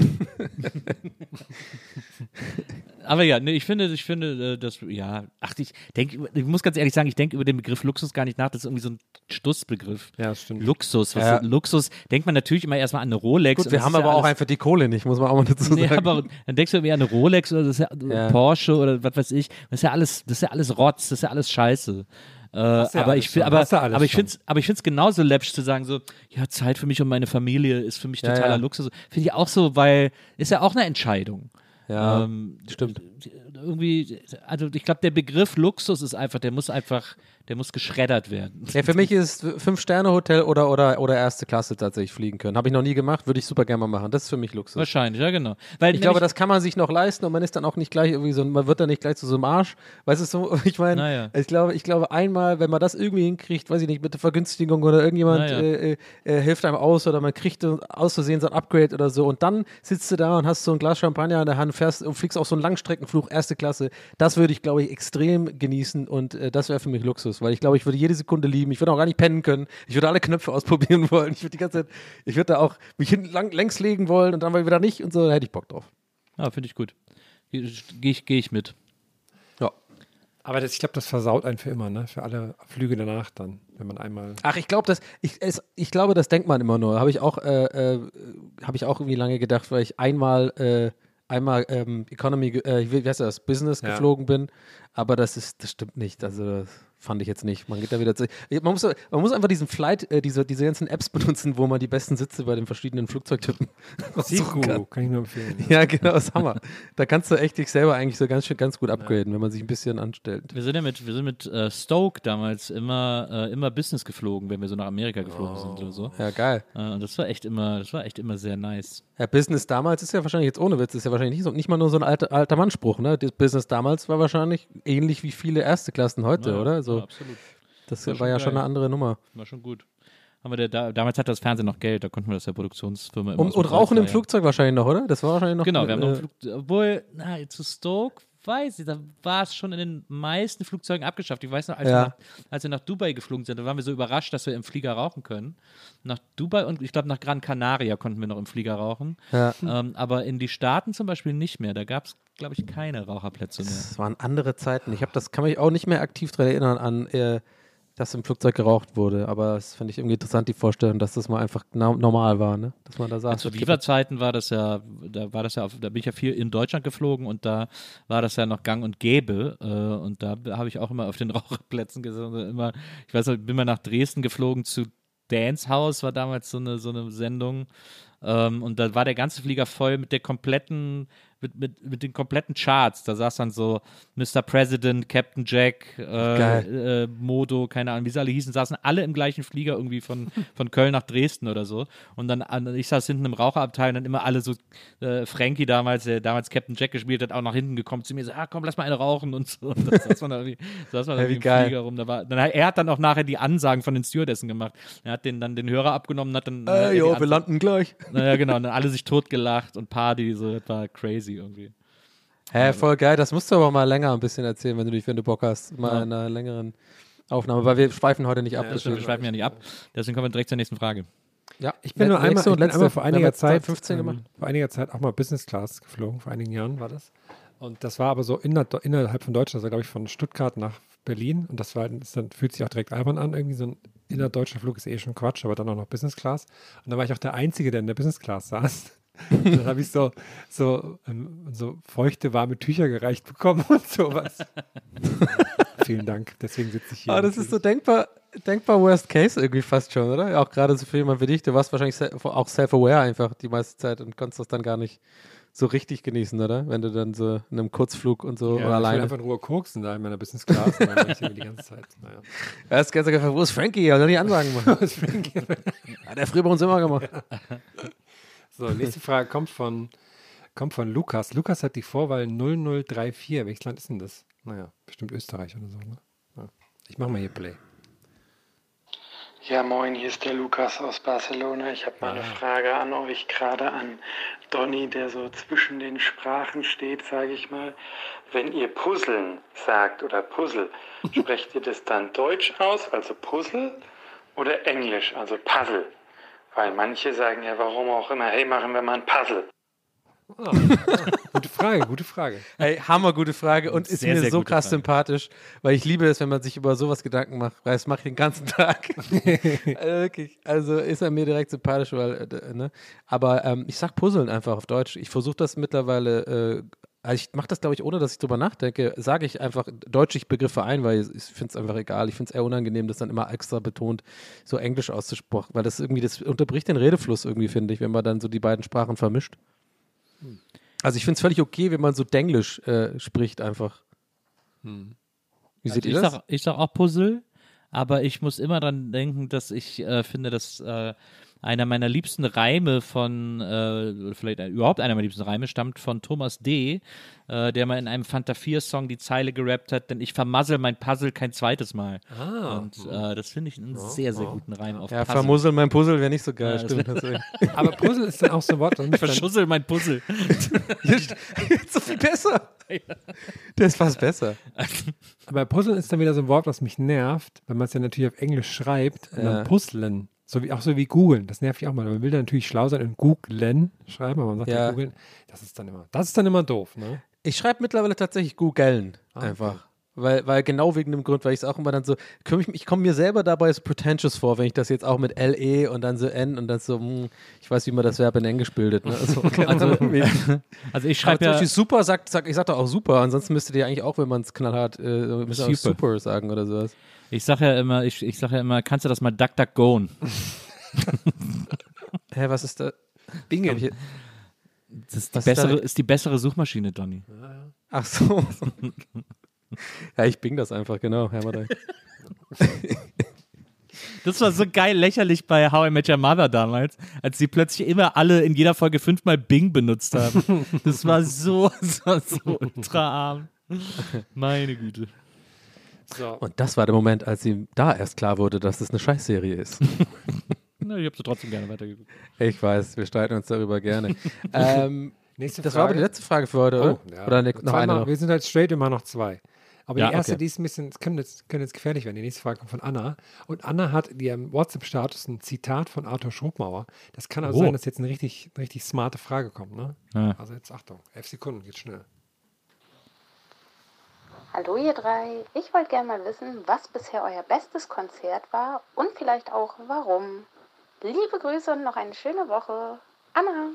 Aber ja, nee, ich finde, das, ja, ich muss ganz ehrlich sagen, ich denke über den Begriff Luxus gar nicht nach, das ist irgendwie so ein Stussbegriff. Ja, das stimmt. Luxus, Ja. Luxus, denkt man natürlich immer erstmal an eine Rolex. Gut, wir haben aber auch einfach die Kohle nicht, muss man auch mal dazu sagen. Nee, aber dann denkst du irgendwie an eine Rolex oder das ist ja. Porsche oder was weiß ich, das ist ja alles Rotz, das ist ja alles Scheiße. Aber ich finde es genauso läppisch zu sagen, so, ja, Zeit für mich und meine Familie ist für mich totaler Luxus. Finde ich auch so, weil ist ja auch eine Entscheidung. Ja, stimmt. Irgendwie, also ich glaube, der Begriff Luxus ist einfach, der muss geschreddert werden. Ja, für mich ist 5-Sterne-Hotel oder erste Klasse tatsächlich fliegen können. Habe ich noch nie gemacht, würde ich super gerne mal machen. Das ist für mich Luxus. Wahrscheinlich, ja genau. Weil ich glaube, das kann man sich noch leisten und man ist dann auch nicht gleich irgendwie so, man wird dann nicht gleich zu so einem Arsch. Weißt du, so, ich meine, ich glaube einmal, wenn man das irgendwie hinkriegt, weiß ich nicht, mit der Vergünstigung oder irgendjemand hilft einem aus oder man kriegt aus Versehen so ein Upgrade oder so und dann sitzt du da und hast so ein Glas Champagner in der Hand, fährst und fliegst auf so einen Langstreckenflug, erste Klasse. Das würde ich, glaube ich, extrem genießen und das wäre für mich Luxus. Weil ich glaube, ich würde jede Sekunde lieben. Ich würde auch gar nicht pennen können. Ich würde alle Knöpfe ausprobieren wollen. Ich würde die ganze Zeit, ich würde da auch mich hinten längs legen wollen und dann mal wieder nicht und so. Da hätte ich Bock drauf. Ja, finde ich gut. Gehe ich mit. Ja. Aber ich glaube, das versaut einen für immer, ne? Für alle Flüge danach dann, wenn man einmal. Ach, ich glaube, das denkt man immer nur. Habe ich auch irgendwie lange gedacht, weil ich einmal Economy, wie heißt das, Business geflogen bin, aber das stimmt nicht, also das fand ich jetzt nicht. Man geht da wieder man muss einfach diesen Flight, diese ganzen Apps benutzen, wo man die besten Sitze bei den verschiedenen Flugzeugtypen Siku, kann ich nur empfehlen. Ja, genau, das ist Hammer. Da kannst du echt dich selber eigentlich so ganz gut upgraden, wenn man sich ein bisschen anstellt. Wir sind mit Stoke damals immer Business geflogen, wenn wir so nach Amerika geflogen sind oder so. Ja, geil. Und das war echt immer sehr nice. Ja, Business damals ist ja wahrscheinlich jetzt ohne Witz, ist ja wahrscheinlich nicht mal nur so ein alter Mannspruch, ne? Das Business damals war wahrscheinlich ähnlich wie viele erste Klassen heute, oder? Also, ja, absolut. Das war ja schon eine andere Nummer. War schon gut. Aber damals hatte das Fernsehen noch Geld, da konnten wir das der Produktionsfirma immer Und Rauchen im Flugzeug wahrscheinlich noch, oder? Das war wahrscheinlich noch. Genau, wir haben noch obwohl, zu Stoke, weiß ich, da war es schon in den meisten Flugzeugen abgeschafft. Ich weiß noch, als wir nach Dubai geflogen sind, da waren wir so überrascht, dass wir im Flieger rauchen können. Nach Dubai und ich glaube nach Gran Canaria konnten wir noch im Flieger rauchen. Ja. Aber in die Staaten zum Beispiel nicht mehr. Da gab es, glaube ich, keine Raucherplätze mehr. Das waren andere Zeiten. Kann mich auch nicht mehr aktiv daran erinnern an dass im Flugzeug geraucht wurde, aber das finde ich irgendwie interessant, die Vorstellung, dass das mal einfach normal war, ne? Dass man da saß. Zu Viva-Zeiten war das ja, da bin ich ja viel in Deutschland geflogen und da war das ja noch gang und gäbe und da habe ich auch immer auf den Raucherplätzen gesessen. Ich weiß noch, ich bin mal nach Dresden geflogen zu Dance House, war damals so eine Sendung und da war der ganze Flieger voll mit der kompletten mit den kompletten Charts. Da saß dann so Mr. President, Captain Jack, Modo, keine Ahnung, wie sie alle hießen, saßen alle im gleichen Flieger irgendwie von Köln nach Dresden oder so. Und dann, ich saß hinten im Raucherabteil und dann immer alle so, Frankie damals, der damals Captain Jack gespielt hat, auch nach hinten gekommen zu mir, so, komm, lass mal eine rauchen und so. Und das saß man da irgendwie im Flieger rum. Er hat dann auch nachher die Ansagen von den Stewardessen gemacht. Er hat dann den Hörer abgenommen und hat dann wir landen gleich. Naja, genau, und dann alle sich totgelacht und Party, so, das war crazy irgendwie. Voll geil, das musst du aber mal länger ein bisschen erzählen, wenn du Bock hast, mal in einer längeren Aufnahme, weil wir schweifen heute nicht ab. Ja, wir schweifen ja nicht ab, deswegen kommen wir direkt zur nächsten Frage. Ja, ich bin einmal vor einiger Zeit auch mal Business Class geflogen, vor einigen Jahren war das. Und das war aber so innerhalb von Deutschland, das war glaube ich von Stuttgart nach Berlin und dann fühlt sich auch direkt albern an, irgendwie so ein innerdeutscher Flug ist schon Quatsch, aber dann auch noch Business Class. Und dann war ich auch der Einzige, der in der Business Class saß. Und dann habe ich so feuchte, warme Tücher gereicht bekommen und sowas. Vielen Dank, deswegen sitze ich hier. Aber das ist so denkbar Worst Case irgendwie fast schon, oder? Auch gerade so für jemanden wie dich, du warst wahrscheinlich auch self-aware einfach die meiste Zeit und konntest das dann gar nicht so richtig genießen, oder? Wenn du dann so in einem Kurzflug und so oder alleine. Ich will einfach in Ruhe koksen da in meiner Business Class. Dann war ich die ganze Zeit. Naja. Er ist ganz einfach, wo ist Frankie? Hat er nicht Ansagen gemacht. Wo ist Frankie? Hat er früher bei uns immer gemacht. So, nächste Frage kommt von Lukas. Lukas hat die Vorwahl 0034. Welches Land ist denn das? Naja, bestimmt Österreich oder so, ne? Ja. Ich mache mal hier Play. Ja, moin, hier ist der Lukas aus Barcelona. Ich habe mal eine Frage an euch, gerade an Donny, der so zwischen den Sprachen steht, sage ich mal. Wenn ihr Puzzeln sagt oder Puzzle, sprecht ihr das dann Deutsch aus, also Puzzle, oder Englisch, also Puzzle? Weil manche sagen ja, warum auch immer, hey, machen wir mal ein Puzzle. Gute Frage. Hey, hammergute Frage und ist Sehr, mir sehr so gute krass Frage. sympathisch, weil ich liebe es, wenn man sich über sowas Gedanken macht, weil das mache ich den ganzen Tag. Wirklich. Also ist er mir direkt sympathisch, weil, ne? Aber ich sag Puzzeln einfach auf Deutsch. Ich versuche das mittlerweile, also ich mache das, glaube ich, ohne dass ich drüber nachdenke, sage ich einfach deutsche Begriffe ein, weil ich finde es einfach egal. Ich finde es eher unangenehm, das dann immer extra betont so Englisch auszusprechen, weil das irgendwie, das unterbricht den Redefluss irgendwie, finde ich, wenn man dann so die beiden Sprachen vermischt. Also ich finde es völlig okay, wenn man so Denglisch spricht einfach. Wie seht ihr das? Ich sag auch Puzzle, aber ich muss immer dran denken, dass ich finde, dass einer meiner liebsten Reime vielleicht überhaupt einer meiner liebsten Reime stammt von Thomas D., der mal in einem Fanta 4-Song die Zeile gerappt hat, denn ich vermassel mein Puzzle kein zweites Mal. Und das finde ich einen sehr, sehr guten Reim auf Ja, Puzzle. vermussel mein Puzzle wäre nicht so geil, Ja, stimmt. Aber Puzzle ist dann auch so ein Wort. Ich verschussel mein Puzzle. So viel besser. Das ist fast besser. Aber Puzzle ist dann wieder so ein Wort, was mich nervt, weil man es ja natürlich auf Englisch schreibt und dann puzzeln. Auch so wie googeln, das nervt mich auch mal. Man will dann natürlich schlau sein und googlen schreiben, aber man sagt ja googeln. Das ist dann immer doof, ne? Ich schreibe mittlerweile tatsächlich googeln einfach. Okay. Weil genau wegen dem Grund, weil ich es auch immer dann so, ich komme mir selber dabei so pretentious vor, wenn ich das jetzt auch mit LE und dann so N und dann so, ich weiß, wie man das Verb in Englisch bildet. Ne? Also ich schreibe ja... Super, ich sag doch auch super, ansonsten müsstet ihr eigentlich auch, wenn man es knallhart, müsst ihr auch super sagen oder sowas. Ich sage ja immer, kannst du das mal DuckDuckGoen? Hä, was ist da? Bingen. Das ist die bessere Suchmaschine, Donny. Ach so. Ja, ich bing das einfach, genau. Das war so geil lächerlich bei How I Met Your Mother damals, als sie plötzlich immer alle in jeder Folge 5-mal Bing benutzt haben. Das war so ultra arm. Meine Güte. So. Und das war der Moment, als ihm da erst klar wurde, dass das eine Scheißserie ist. Na, ich habe sie trotzdem gerne weitergeguckt. Ich weiß, wir streiten uns darüber gerne. Nächste das Frage. war aber die letzte Frage für heute, oder? Ja. Oder noch eine noch? Wir sind halt straight immer noch zwei. Aber Ja, die erste, okay. die ist ein bisschen, können jetzt gefährlich werden. Die nächste Frage kommt von Anna. Und Anna hat in ihrem WhatsApp-Status ein Zitat von Arthur Schopenhauer. Das kann also sein, dass jetzt eine richtig smarte Frage kommt. Ne? Ja. Also jetzt Achtung, 11 Sekunden, geht schnell. Hallo ihr drei, ich wollte gerne mal wissen, was bisher euer bestes Konzert war und vielleicht auch warum. Liebe Grüße und noch eine schöne Woche. Anna.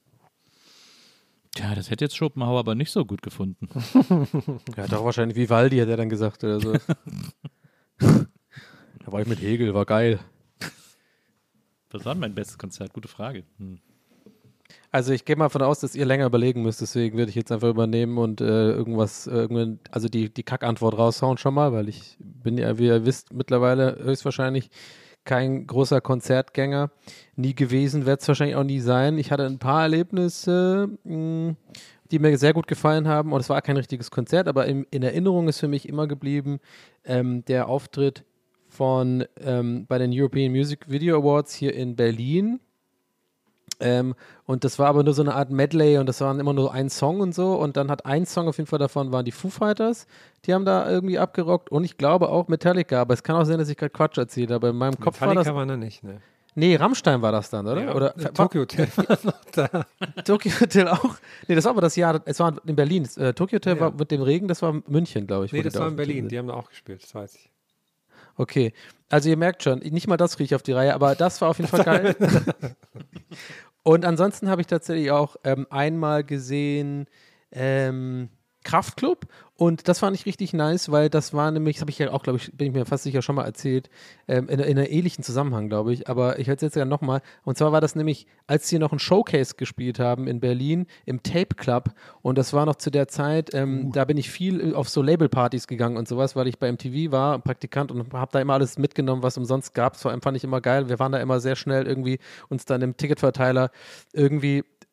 Tja, das hätte jetzt Schopenhauer aber nicht so gut gefunden. Ja, doch wahrscheinlich Vivaldi, hat er dann gesagt oder so. Da war ich mit Hegel, war geil. Was war denn mein bestes Konzert? Gute Frage. Also ich gehe mal davon aus, dass ihr länger überlegen müsst, deswegen würde ich jetzt einfach übernehmen und also die Kackantwort raushauen schon mal, weil ich bin ja, wie ihr wisst, mittlerweile höchstwahrscheinlich kein großer Konzertgänger. Nie gewesen, werde es wahrscheinlich auch nie sein. Ich hatte ein paar Erlebnisse, die mir sehr gut gefallen haben und es war kein richtiges Konzert, aber in Erinnerung ist für mich immer geblieben der Auftritt bei den European Music Video Awards hier in Berlin. Und das war aber nur so eine Art Medley und das waren immer nur ein Song und so und dann hat ein Song auf jeden Fall davon waren die Foo Fighters, die haben da irgendwie abgerockt und ich glaube auch Metallica, aber es kann auch sein, dass ich gerade Quatsch erzähle, aber in meinem Kopf war das... Metallica war da nicht, ne? Nee, Rammstein war das dann, oder? Ja, oder Tokyo Hotel war noch da. Tokyo Hotel auch? Nee, das war aber das Jahr, es war in Berlin. Tokyo Hotel war mit dem Regen, das war München, glaube ich. Nee, das war in Berlin, die haben da auch gespielt, das weiß ich. Okay, also ihr merkt schon, nicht mal das kriege ich auf die Reihe, aber das war auf jeden Fall geil. Und ansonsten habe ich tatsächlich auch einmal gesehen Kraftklub und das fand ich richtig nice, weil das war nämlich, das habe ich ja auch, glaube ich, bin ich mir fast sicher schon mal erzählt, in einem ähnlichen Zusammenhang, glaube ich, aber ich erzähle es ja nochmal. Und zwar war das nämlich, als sie noch ein Showcase gespielt haben in Berlin im Tape Club und das war noch zu der Zeit, da bin ich viel auf so Labelpartys gegangen und sowas, weil ich bei MTV war, Praktikant und habe da immer alles mitgenommen, was umsonst gab. Vor allem fand ich immer geil, wir waren da immer sehr schnell irgendwie uns dann im Ticketverteiler irgendwie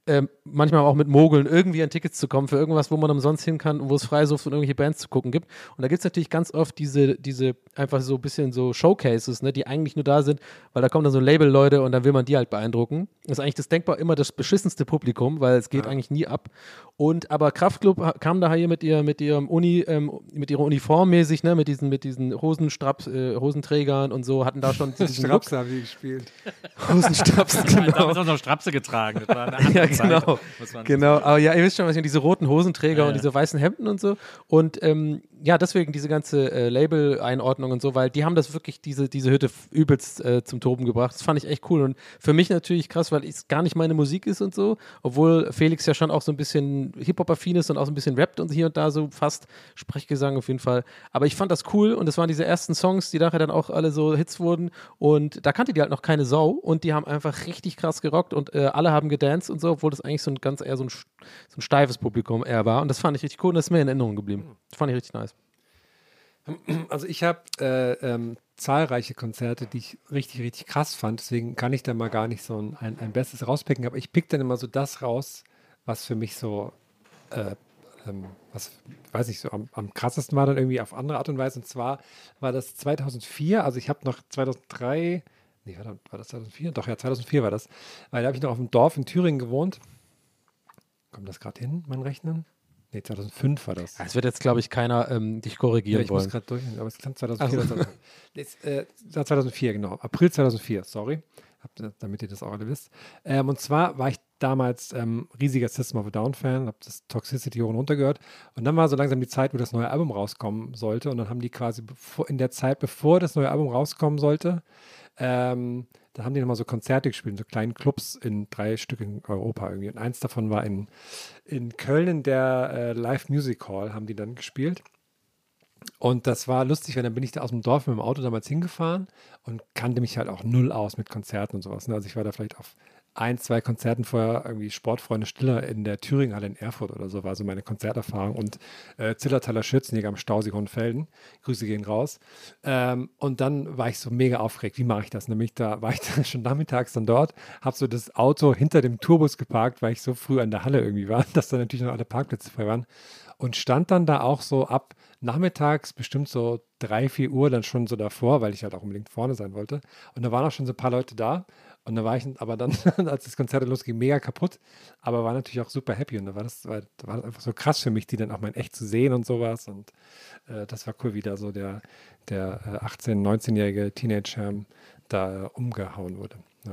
manchmal auch mit Mogeln irgendwie an Tickets zu kommen für irgendwas, wo man umsonst hin kann und wo es Freisucht und irgendwelche Bands zu gucken gibt. Und da gibt es natürlich ganz oft diese einfach so ein bisschen so Showcases, ne, die eigentlich nur da sind, weil da kommen dann so Label-Leute und dann will man die halt beeindrucken. Das ist eigentlich das denkbar immer das beschissenste Publikum, weil es geht eigentlich nie ab. Aber Kraftklub kam da hier mit ihrer Uniform mäßig, ne, mit diesen Hosenträgern und so, hatten da schon diesen Strapse haben die gespielt. Hosenstrapsen, genau. Da haben sie auch noch Strapse getragen. Das war eine andere Ja, Zeit, genau. Aber ja, ihr wisst schon, was ich meine, diese roten Hosenträger und diese weißen Hemden und so. Und deswegen diese ganze Label-Einordnung und so, weil die haben das wirklich, diese Hütte übelst zum Toben gebracht. Das fand ich echt cool. Und für mich natürlich krass, weil es gar nicht meine Musik ist und so, obwohl Felix ja schon auch so ein bisschen Hip-Hop-affin ist und auch so ein bisschen rappt und hier und da so fast Sprechgesang auf jeden Fall. Aber ich fand das cool und das waren diese ersten Songs, die nachher dann auch alle so Hits wurden und da kannte die halt noch keine Sau und die haben einfach richtig krass gerockt und alle haben gedanced und so, obwohl das eigentlich so ein ganz eher so ein steifes Publikum eher war und das fand ich richtig cool und das ist mir in Erinnerung geblieben. Das fand ich richtig nice. Also ich habe zahlreiche Konzerte, die ich richtig, richtig krass fand, deswegen kann ich da mal gar nicht so ein Bestes rauspicken, aber ich pick dann immer so das raus, was für mich so was, weiß nicht, so am krassesten war dann irgendwie auf andere Art und Weise. Und zwar war das 2004, also ich habe noch 2003, nee, war das 2004? Doch, ja, 2004 war das. Weil da habe ich noch auf dem Dorf in Thüringen gewohnt. Kommt das gerade hin, mein Rechnen? Nee, 2005 war das. Es wird jetzt, glaube ich, keiner dich korrigieren wollen. Ich muss gerade durch, aber es kann 2004 2004, genau. April 2004, sorry. Damit ihr das auch alle wisst. Und zwar war ich damals riesiger System of a Down-Fan, habe das Toxicity hoch und runter gehört. Und dann war so langsam die Zeit, wo das neue Album rauskommen sollte. Und dann haben die quasi in der Zeit, bevor das neue Album rauskommen sollte, da haben die nochmal so Konzerte gespielt, in so kleinen Clubs in 3 Stück in Europa irgendwie. Und eins davon war in Köln in der Live Music Hall, haben die dann gespielt. Und das war lustig, weil dann bin ich da aus dem Dorf mit dem Auto damals hingefahren und kannte mich halt auch null aus mit Konzerten und sowas. Ne? Also ich war da vielleicht auf 1, 2 Konzerten vorher, irgendwie Sportfreunde Stiller in der Thüringenhalle in Erfurt oder so, war so meine Konzerterfahrung und Zillertaler Schürzenjäger am Stausee Hohenfelden. Grüße gehen raus. Und dann war ich so mega aufgeregt, wie mache ich das? Nämlich war ich dann schon nachmittags dann dort, habe so das Auto hinter dem Tourbus geparkt, weil ich so früh an der Halle irgendwie war, dass da natürlich noch alle Parkplätze frei waren. Und stand dann da auch so ab nachmittags, bestimmt so 3, 4 Uhr dann schon so davor, weil ich halt auch unbedingt vorne sein wollte. Und da waren auch schon so ein paar Leute da. Und da war ich aber dann, als das Konzert losging, mega kaputt. Aber war natürlich auch super happy. Und da war das einfach so krass für mich, die dann auch mal in echt zu sehen und sowas. Und das war cool, wie da so der 18-, 19-jährige Teenager da umgehauen wurde. Ja.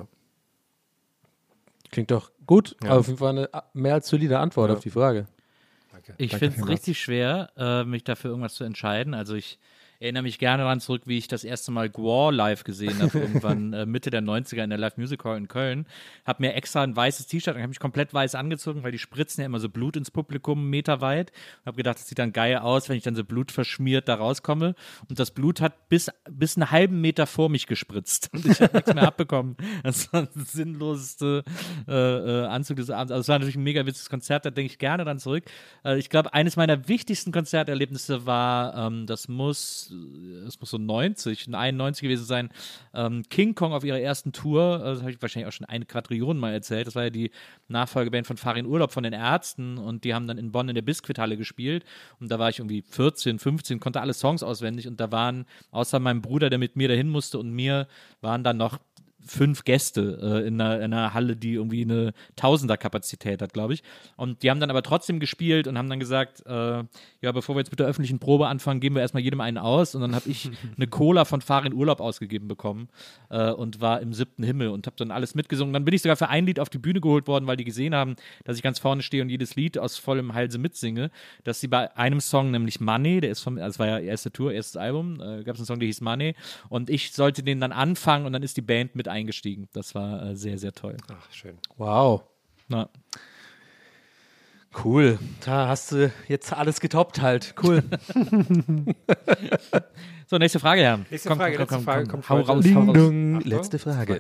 Klingt doch gut. Ja. Aber auf jeden Fall eine mehr als solide Antwort auf die Frage. Ich finde es richtig schwer, mich dafür irgendwas zu entscheiden. Also ich erinnere mich gerne daran zurück, wie ich das erste Mal Gwar live gesehen habe, irgendwann Mitte der 90er in der Live Music Hall in Köln. Habe mir extra ein weißes T-Shirt und habe mich komplett weiß angezogen, weil die spritzen ja immer so Blut ins Publikum, meterweit. Und habe gedacht, das sieht dann geil aus, wenn ich dann so blutverschmiert da rauskomme. Und das Blut hat bis einen halben Meter vor mich gespritzt. Und ich habe nichts mehr abbekommen. Das war das sinnloseste Anzug des Abends. Also es war natürlich ein mega witziges Konzert, da denke ich gerne dran zurück. Ich glaube, eines meiner wichtigsten Konzerterlebnisse war, es muss so 91 gewesen sein, King Kong auf ihrer ersten Tour, das habe ich wahrscheinlich auch schon eine Quadrillion mal erzählt, das war ja die Nachfolgeband von Farin Urlaub von den Ärzten und die haben dann in Bonn in der Biskuithalle gespielt und da war ich irgendwie 14, 15, konnte alle Songs auswendig und da waren, außer meinem Bruder, der mit mir dahin musste und mir, waren dann noch 5 Gäste in einer Halle, die irgendwie eine 1000er-Kapazität hat, glaube ich. Und die haben dann aber trotzdem gespielt und haben dann gesagt, ja, bevor wir jetzt mit der öffentlichen Probe anfangen, geben wir erstmal jedem einen aus. Und dann habe ich eine Cola von Farin Urlaub ausgegeben bekommen und war im 7. Himmel und habe dann alles mitgesungen. Dann bin ich sogar für ein Lied auf die Bühne geholt worden, weil die gesehen haben, dass ich ganz vorne stehe und jedes Lied aus vollem Halse mitsinge, dass sie bei einem Song, nämlich Money, der ist das war ja erste Tour, erstes Album, gab es einen Song, der hieß Money und ich sollte den dann anfangen und dann ist die Band mit eingestiegen. Das war sehr, sehr toll. Ach, schön. Wow. Na. Cool. Da hast du jetzt alles getoppt halt. Cool. So, nächste Frage, Herr. Letzte Frage kommt hau raus. Letzte Frage.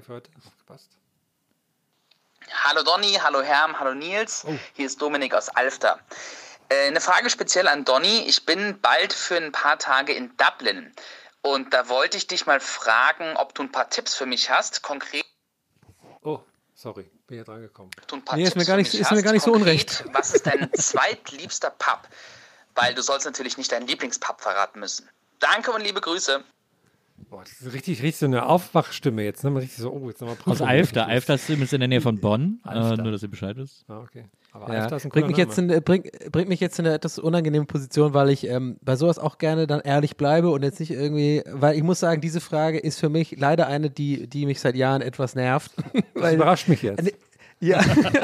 Hallo Donny, hallo Herm, hallo Nils. Hier ist Dominik aus Alfter. Eine Frage speziell an Donny. Ich bin bald für ein paar Tage in Dublin. Und da wollte ich dich mal fragen, ob du ein paar Tipps für mich hast, konkret. Oh, sorry. Bin ja dran gekommen. Du ein paar Nee, ist Tipps mir gar nicht, für mich ist mir hast. gar nicht so Konkret, unrecht. Was ist dein zweitliebster Pub? Weil du sollst natürlich nicht deinen Lieblingspub verraten müssen. Danke und liebe Grüße. Boah, das ist richtig so eine Aufwachstimme jetzt. Ne? Richtig so, jetzt nochmal Aus Alfter. Alfter ist übrigens in der Nähe von Bonn. Nur, dass ihr Bescheid wisst. Ah, okay. Aber Ja, Alfter ist ein bringt cooler mich, Name. bringt mich jetzt in eine etwas unangenehme Position, weil ich bei sowas auch gerne dann ehrlich bleibe und jetzt nicht irgendwie, weil ich muss sagen, diese Frage ist für mich leider eine, die mich seit Jahren etwas nervt. Das überrascht mich jetzt. Ja,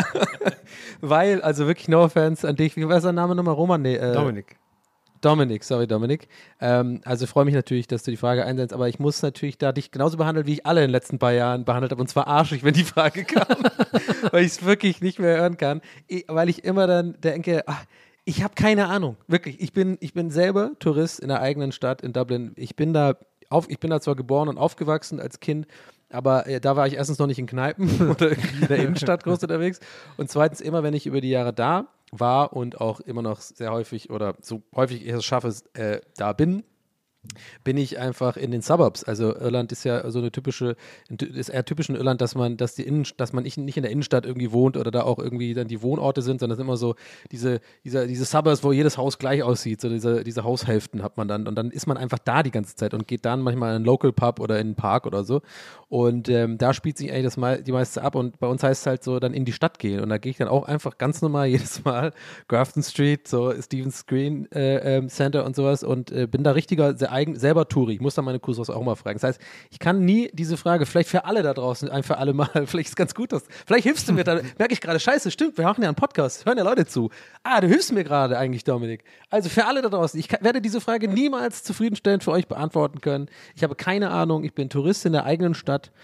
weil, also wirklich no offense an dich, wie war sein Name nochmal? Roman? Nee, Dominik. Also freue mich natürlich, dass du die Frage einsendest, aber ich muss natürlich da dich genauso behandeln, wie ich alle in den letzten paar Jahren behandelt habe, und zwar arschig, wenn die Frage kam, weil ich es wirklich nicht mehr hören kann, weil ich immer dann denke, ich habe keine Ahnung, wirklich, ich bin selber Tourist in der eigenen Stadt in Dublin, ich bin da zwar geboren und aufgewachsen als Kind, aber da war ich erstens noch nicht in Kneipen oder irgendwie in der Innenstadt groß unterwegs, und zweitens immer, wenn ich über die Jahre da war und auch immer noch sehr häufig oder so häufig ich es schaffe, da bin ich einfach in den Suburbs. Also Irland ist ja so ist eher typisch in Irland, dass man nicht in der Innenstadt irgendwie wohnt oder da auch irgendwie dann die Wohnorte sind, sondern es sind immer so diese Suburbs, wo jedes Haus gleich aussieht, so diese Haushälften hat man dann und dann ist man einfach da die ganze Zeit und geht dann manchmal in einen Local Pub oder in einen Park oder so und da spielt sich eigentlich die meiste ab und bei uns heißt es halt so dann in die Stadt gehen und da gehe ich dann auch einfach ganz normal jedes Mal Grafton Street, so Stephen's Green Center und sowas und bin da richtiger selber Touri. Ich muss dann meine Cousins auch mal fragen. Das heißt, ich kann nie diese Frage, vielleicht für alle da draußen, ein für alle Mal, vielleicht ist es ganz gut, vielleicht hilfst du mir da, merke ich gerade, scheiße, stimmt, wir machen ja einen Podcast, hören ja Leute zu. Du hilfst mir gerade eigentlich, Dominik. Also für alle da draußen, ich werde diese Frage niemals zufriedenstellend für euch beantworten können. Ich habe keine Ahnung, ich bin Tourist in der eigenen Stadt,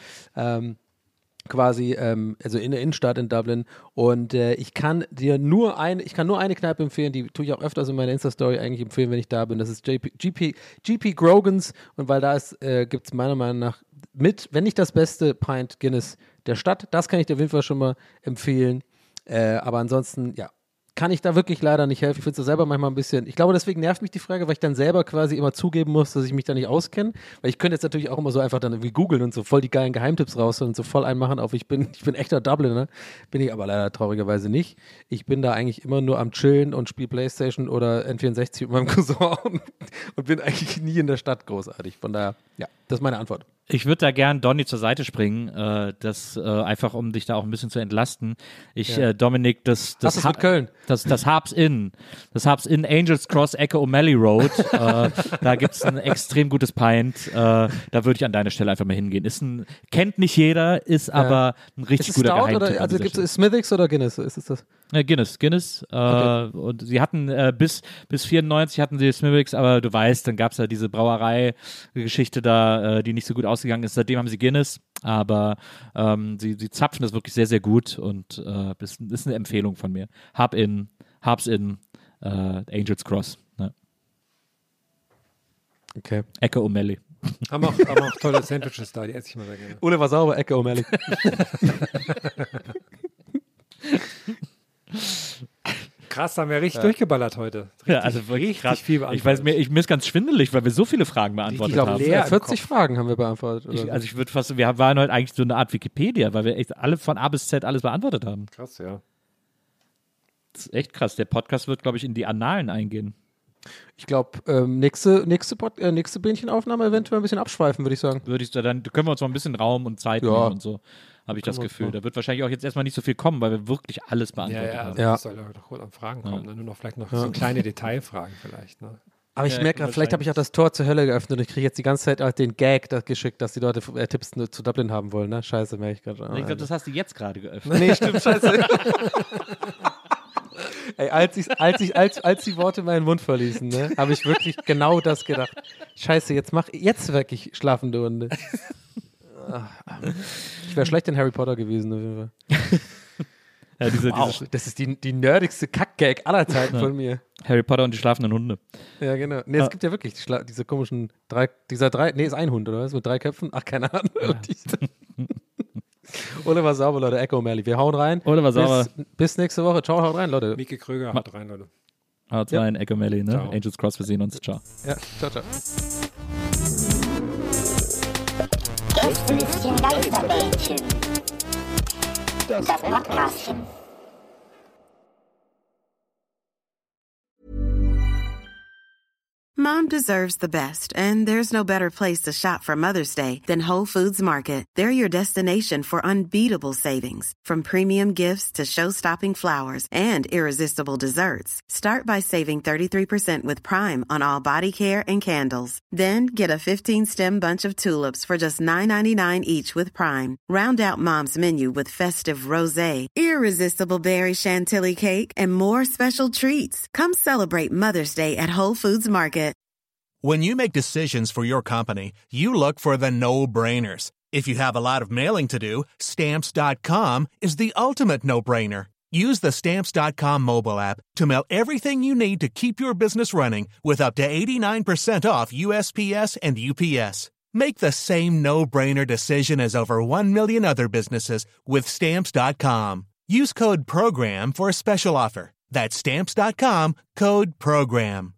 quasi, also in der Innenstadt in Dublin und ich kann nur eine Kneipe empfehlen, die tue ich auch öfters in meiner Insta-Story eigentlich empfehlen, wenn ich da bin, das ist GP Grogan's und weil da gibt es meiner Meinung nach wenn nicht das beste Pint Guinness der Stadt, das kann ich dir auf jeden Fall schon mal empfehlen, aber ansonsten, ja, kann ich da wirklich leider nicht helfen. Ich finde es selber manchmal ein bisschen, ich glaube, deswegen nervt mich die Frage, weil ich dann selber quasi immer zugeben muss, dass ich mich da nicht auskenne. Weil ich könnte jetzt natürlich auch immer so einfach dann irgendwie googeln und so voll die geilen Geheimtipps raus und so voll einmachen auf, ich bin echter Dubliner. Bin ich aber leider traurigerweise nicht. Ich bin da eigentlich immer nur am Chillen und spiele Playstation oder N64 mit meinem Cousin und bin eigentlich nie in der Stadt großartig. Von daher, ja, das ist meine Antwort. Ich würde da gern Donny zur Seite springen, einfach um dich da auch ein bisschen zu entlasten. Dominik, das mit Köln? Das Harps Inn Angels Cross, Ecke O'Malley Road, da gibt's ein extrem gutes Pint, da würde ich an deiner Stelle einfach mal hingehen. Kennt nicht jeder, ist aber ein richtig guter Geheimtipp. Oder, also gibt es Smithwick's oder Guinness? Ist es das? Guinness. Okay. Und sie hatten bis 94 hatten sie Smithwick's, aber du weißt, dann gab es ja diese Brauerei-Geschichte da, die nicht so gut ausgegangen ist. Seitdem haben sie Guinness, aber sie zapfen das wirklich sehr, sehr gut und das ist eine Empfehlung von mir. Harps Inn, Angels Cross. Ne? Okay. Ecke O'Malley. Haben auch tolle Sandwiches da, die esse ich mal sehr gerne. Ole war sauber, Ecke O'Malley. Krass, haben wir richtig durchgeballert heute. Richtig, ja, also wirklich krass. Viel beantwortet. Mir ist ganz schwindelig, weil wir so viele Fragen beantwortet haben. Ich glaube, 40 Fragen haben wir beantwortet. Ich würde fast, wir waren heute eigentlich so eine Art Wikipedia, weil wir echt alle von A bis Z alles beantwortet haben. Krass, ja. Das ist echt krass. Der Podcast wird, glaube ich, in die Annalen eingehen. Ich glaube, nächste Bähnchenaufnahme eventuell ein bisschen abschweifen, würde ich sagen. Dann können wir uns noch ein bisschen Raum und Zeit nehmen und so, habe ich das Gefühl. Da wird wahrscheinlich auch jetzt erstmal nicht so viel kommen, weil wir wirklich alles beantwortet haben. Ja, es soll doch wohl an Fragen kommen. Nur noch vielleicht noch so kleine Detailfragen vielleicht. Ne? Aber ich merke gerade, vielleicht habe ich auch das Tor zur Hölle geöffnet und ich kriege jetzt die ganze Zeit auch den Gag geschickt, dass die Leute Tipps zu Dublin haben wollen. Ne? Scheiße, merke ich gerade. Ich glaube, das hast du jetzt gerade geöffnet. Nee, stimmt, scheiße. Ey, als die Worte meinen Mund verließen, ne, habe ich wirklich genau das gedacht. Scheiße, jetzt wirklich schlafende Hunde. Ich wäre schlecht in Harry Potter gewesen, auf jeden Fall. Ja, das ist die nerdigste Kack-Gag aller Zeiten von mir. Harry Potter und die schlafenden Hunde. Ja, genau. Nee, es gibt ja wirklich diese komischen ist ein Hund, oder was? Mit 3 Köpfen? Ach, keine Ahnung. Ja. Oliver Sauber, Leute, Echo O'Malley. Wir hauen rein. Oliver Sauber. Bis nächste Woche. Ciao, haut rein, Leute. Mieke Kröger, haut rein, Leute. Haut rein, Echo O'Malley, ne? Ciao. Angels Cross, wir sehen uns. Ciao. Ja, ciao. Gästelistchen Geisterbällchen. Das Podcastchen. Mom deserves the best, and there's no better place to shop for Mother's Day than Whole Foods Market. They're your destination for unbeatable savings, from premium gifts to show-stopping flowers and irresistible desserts. Start by saving 33% with Prime on all body care and candles. Then get a 15-stem bunch of tulips for just $9.99 each with Prime. Round out Mom's menu with festive rosé, irresistible berry chantilly cake, and more special treats. Come celebrate Mother's Day at Whole Foods Market. When you make decisions for your company, you look for the no-brainers. If you have a lot of mailing to do, Stamps.com is the ultimate no-brainer. Use the Stamps.com mobile app to mail everything you need to keep your business running with up to 89% off USPS and UPS. Make the same no-brainer decision as over 1 million other businesses with Stamps.com. Use code PROGRAM for a special offer. That's Stamps.com, code PROGRAM.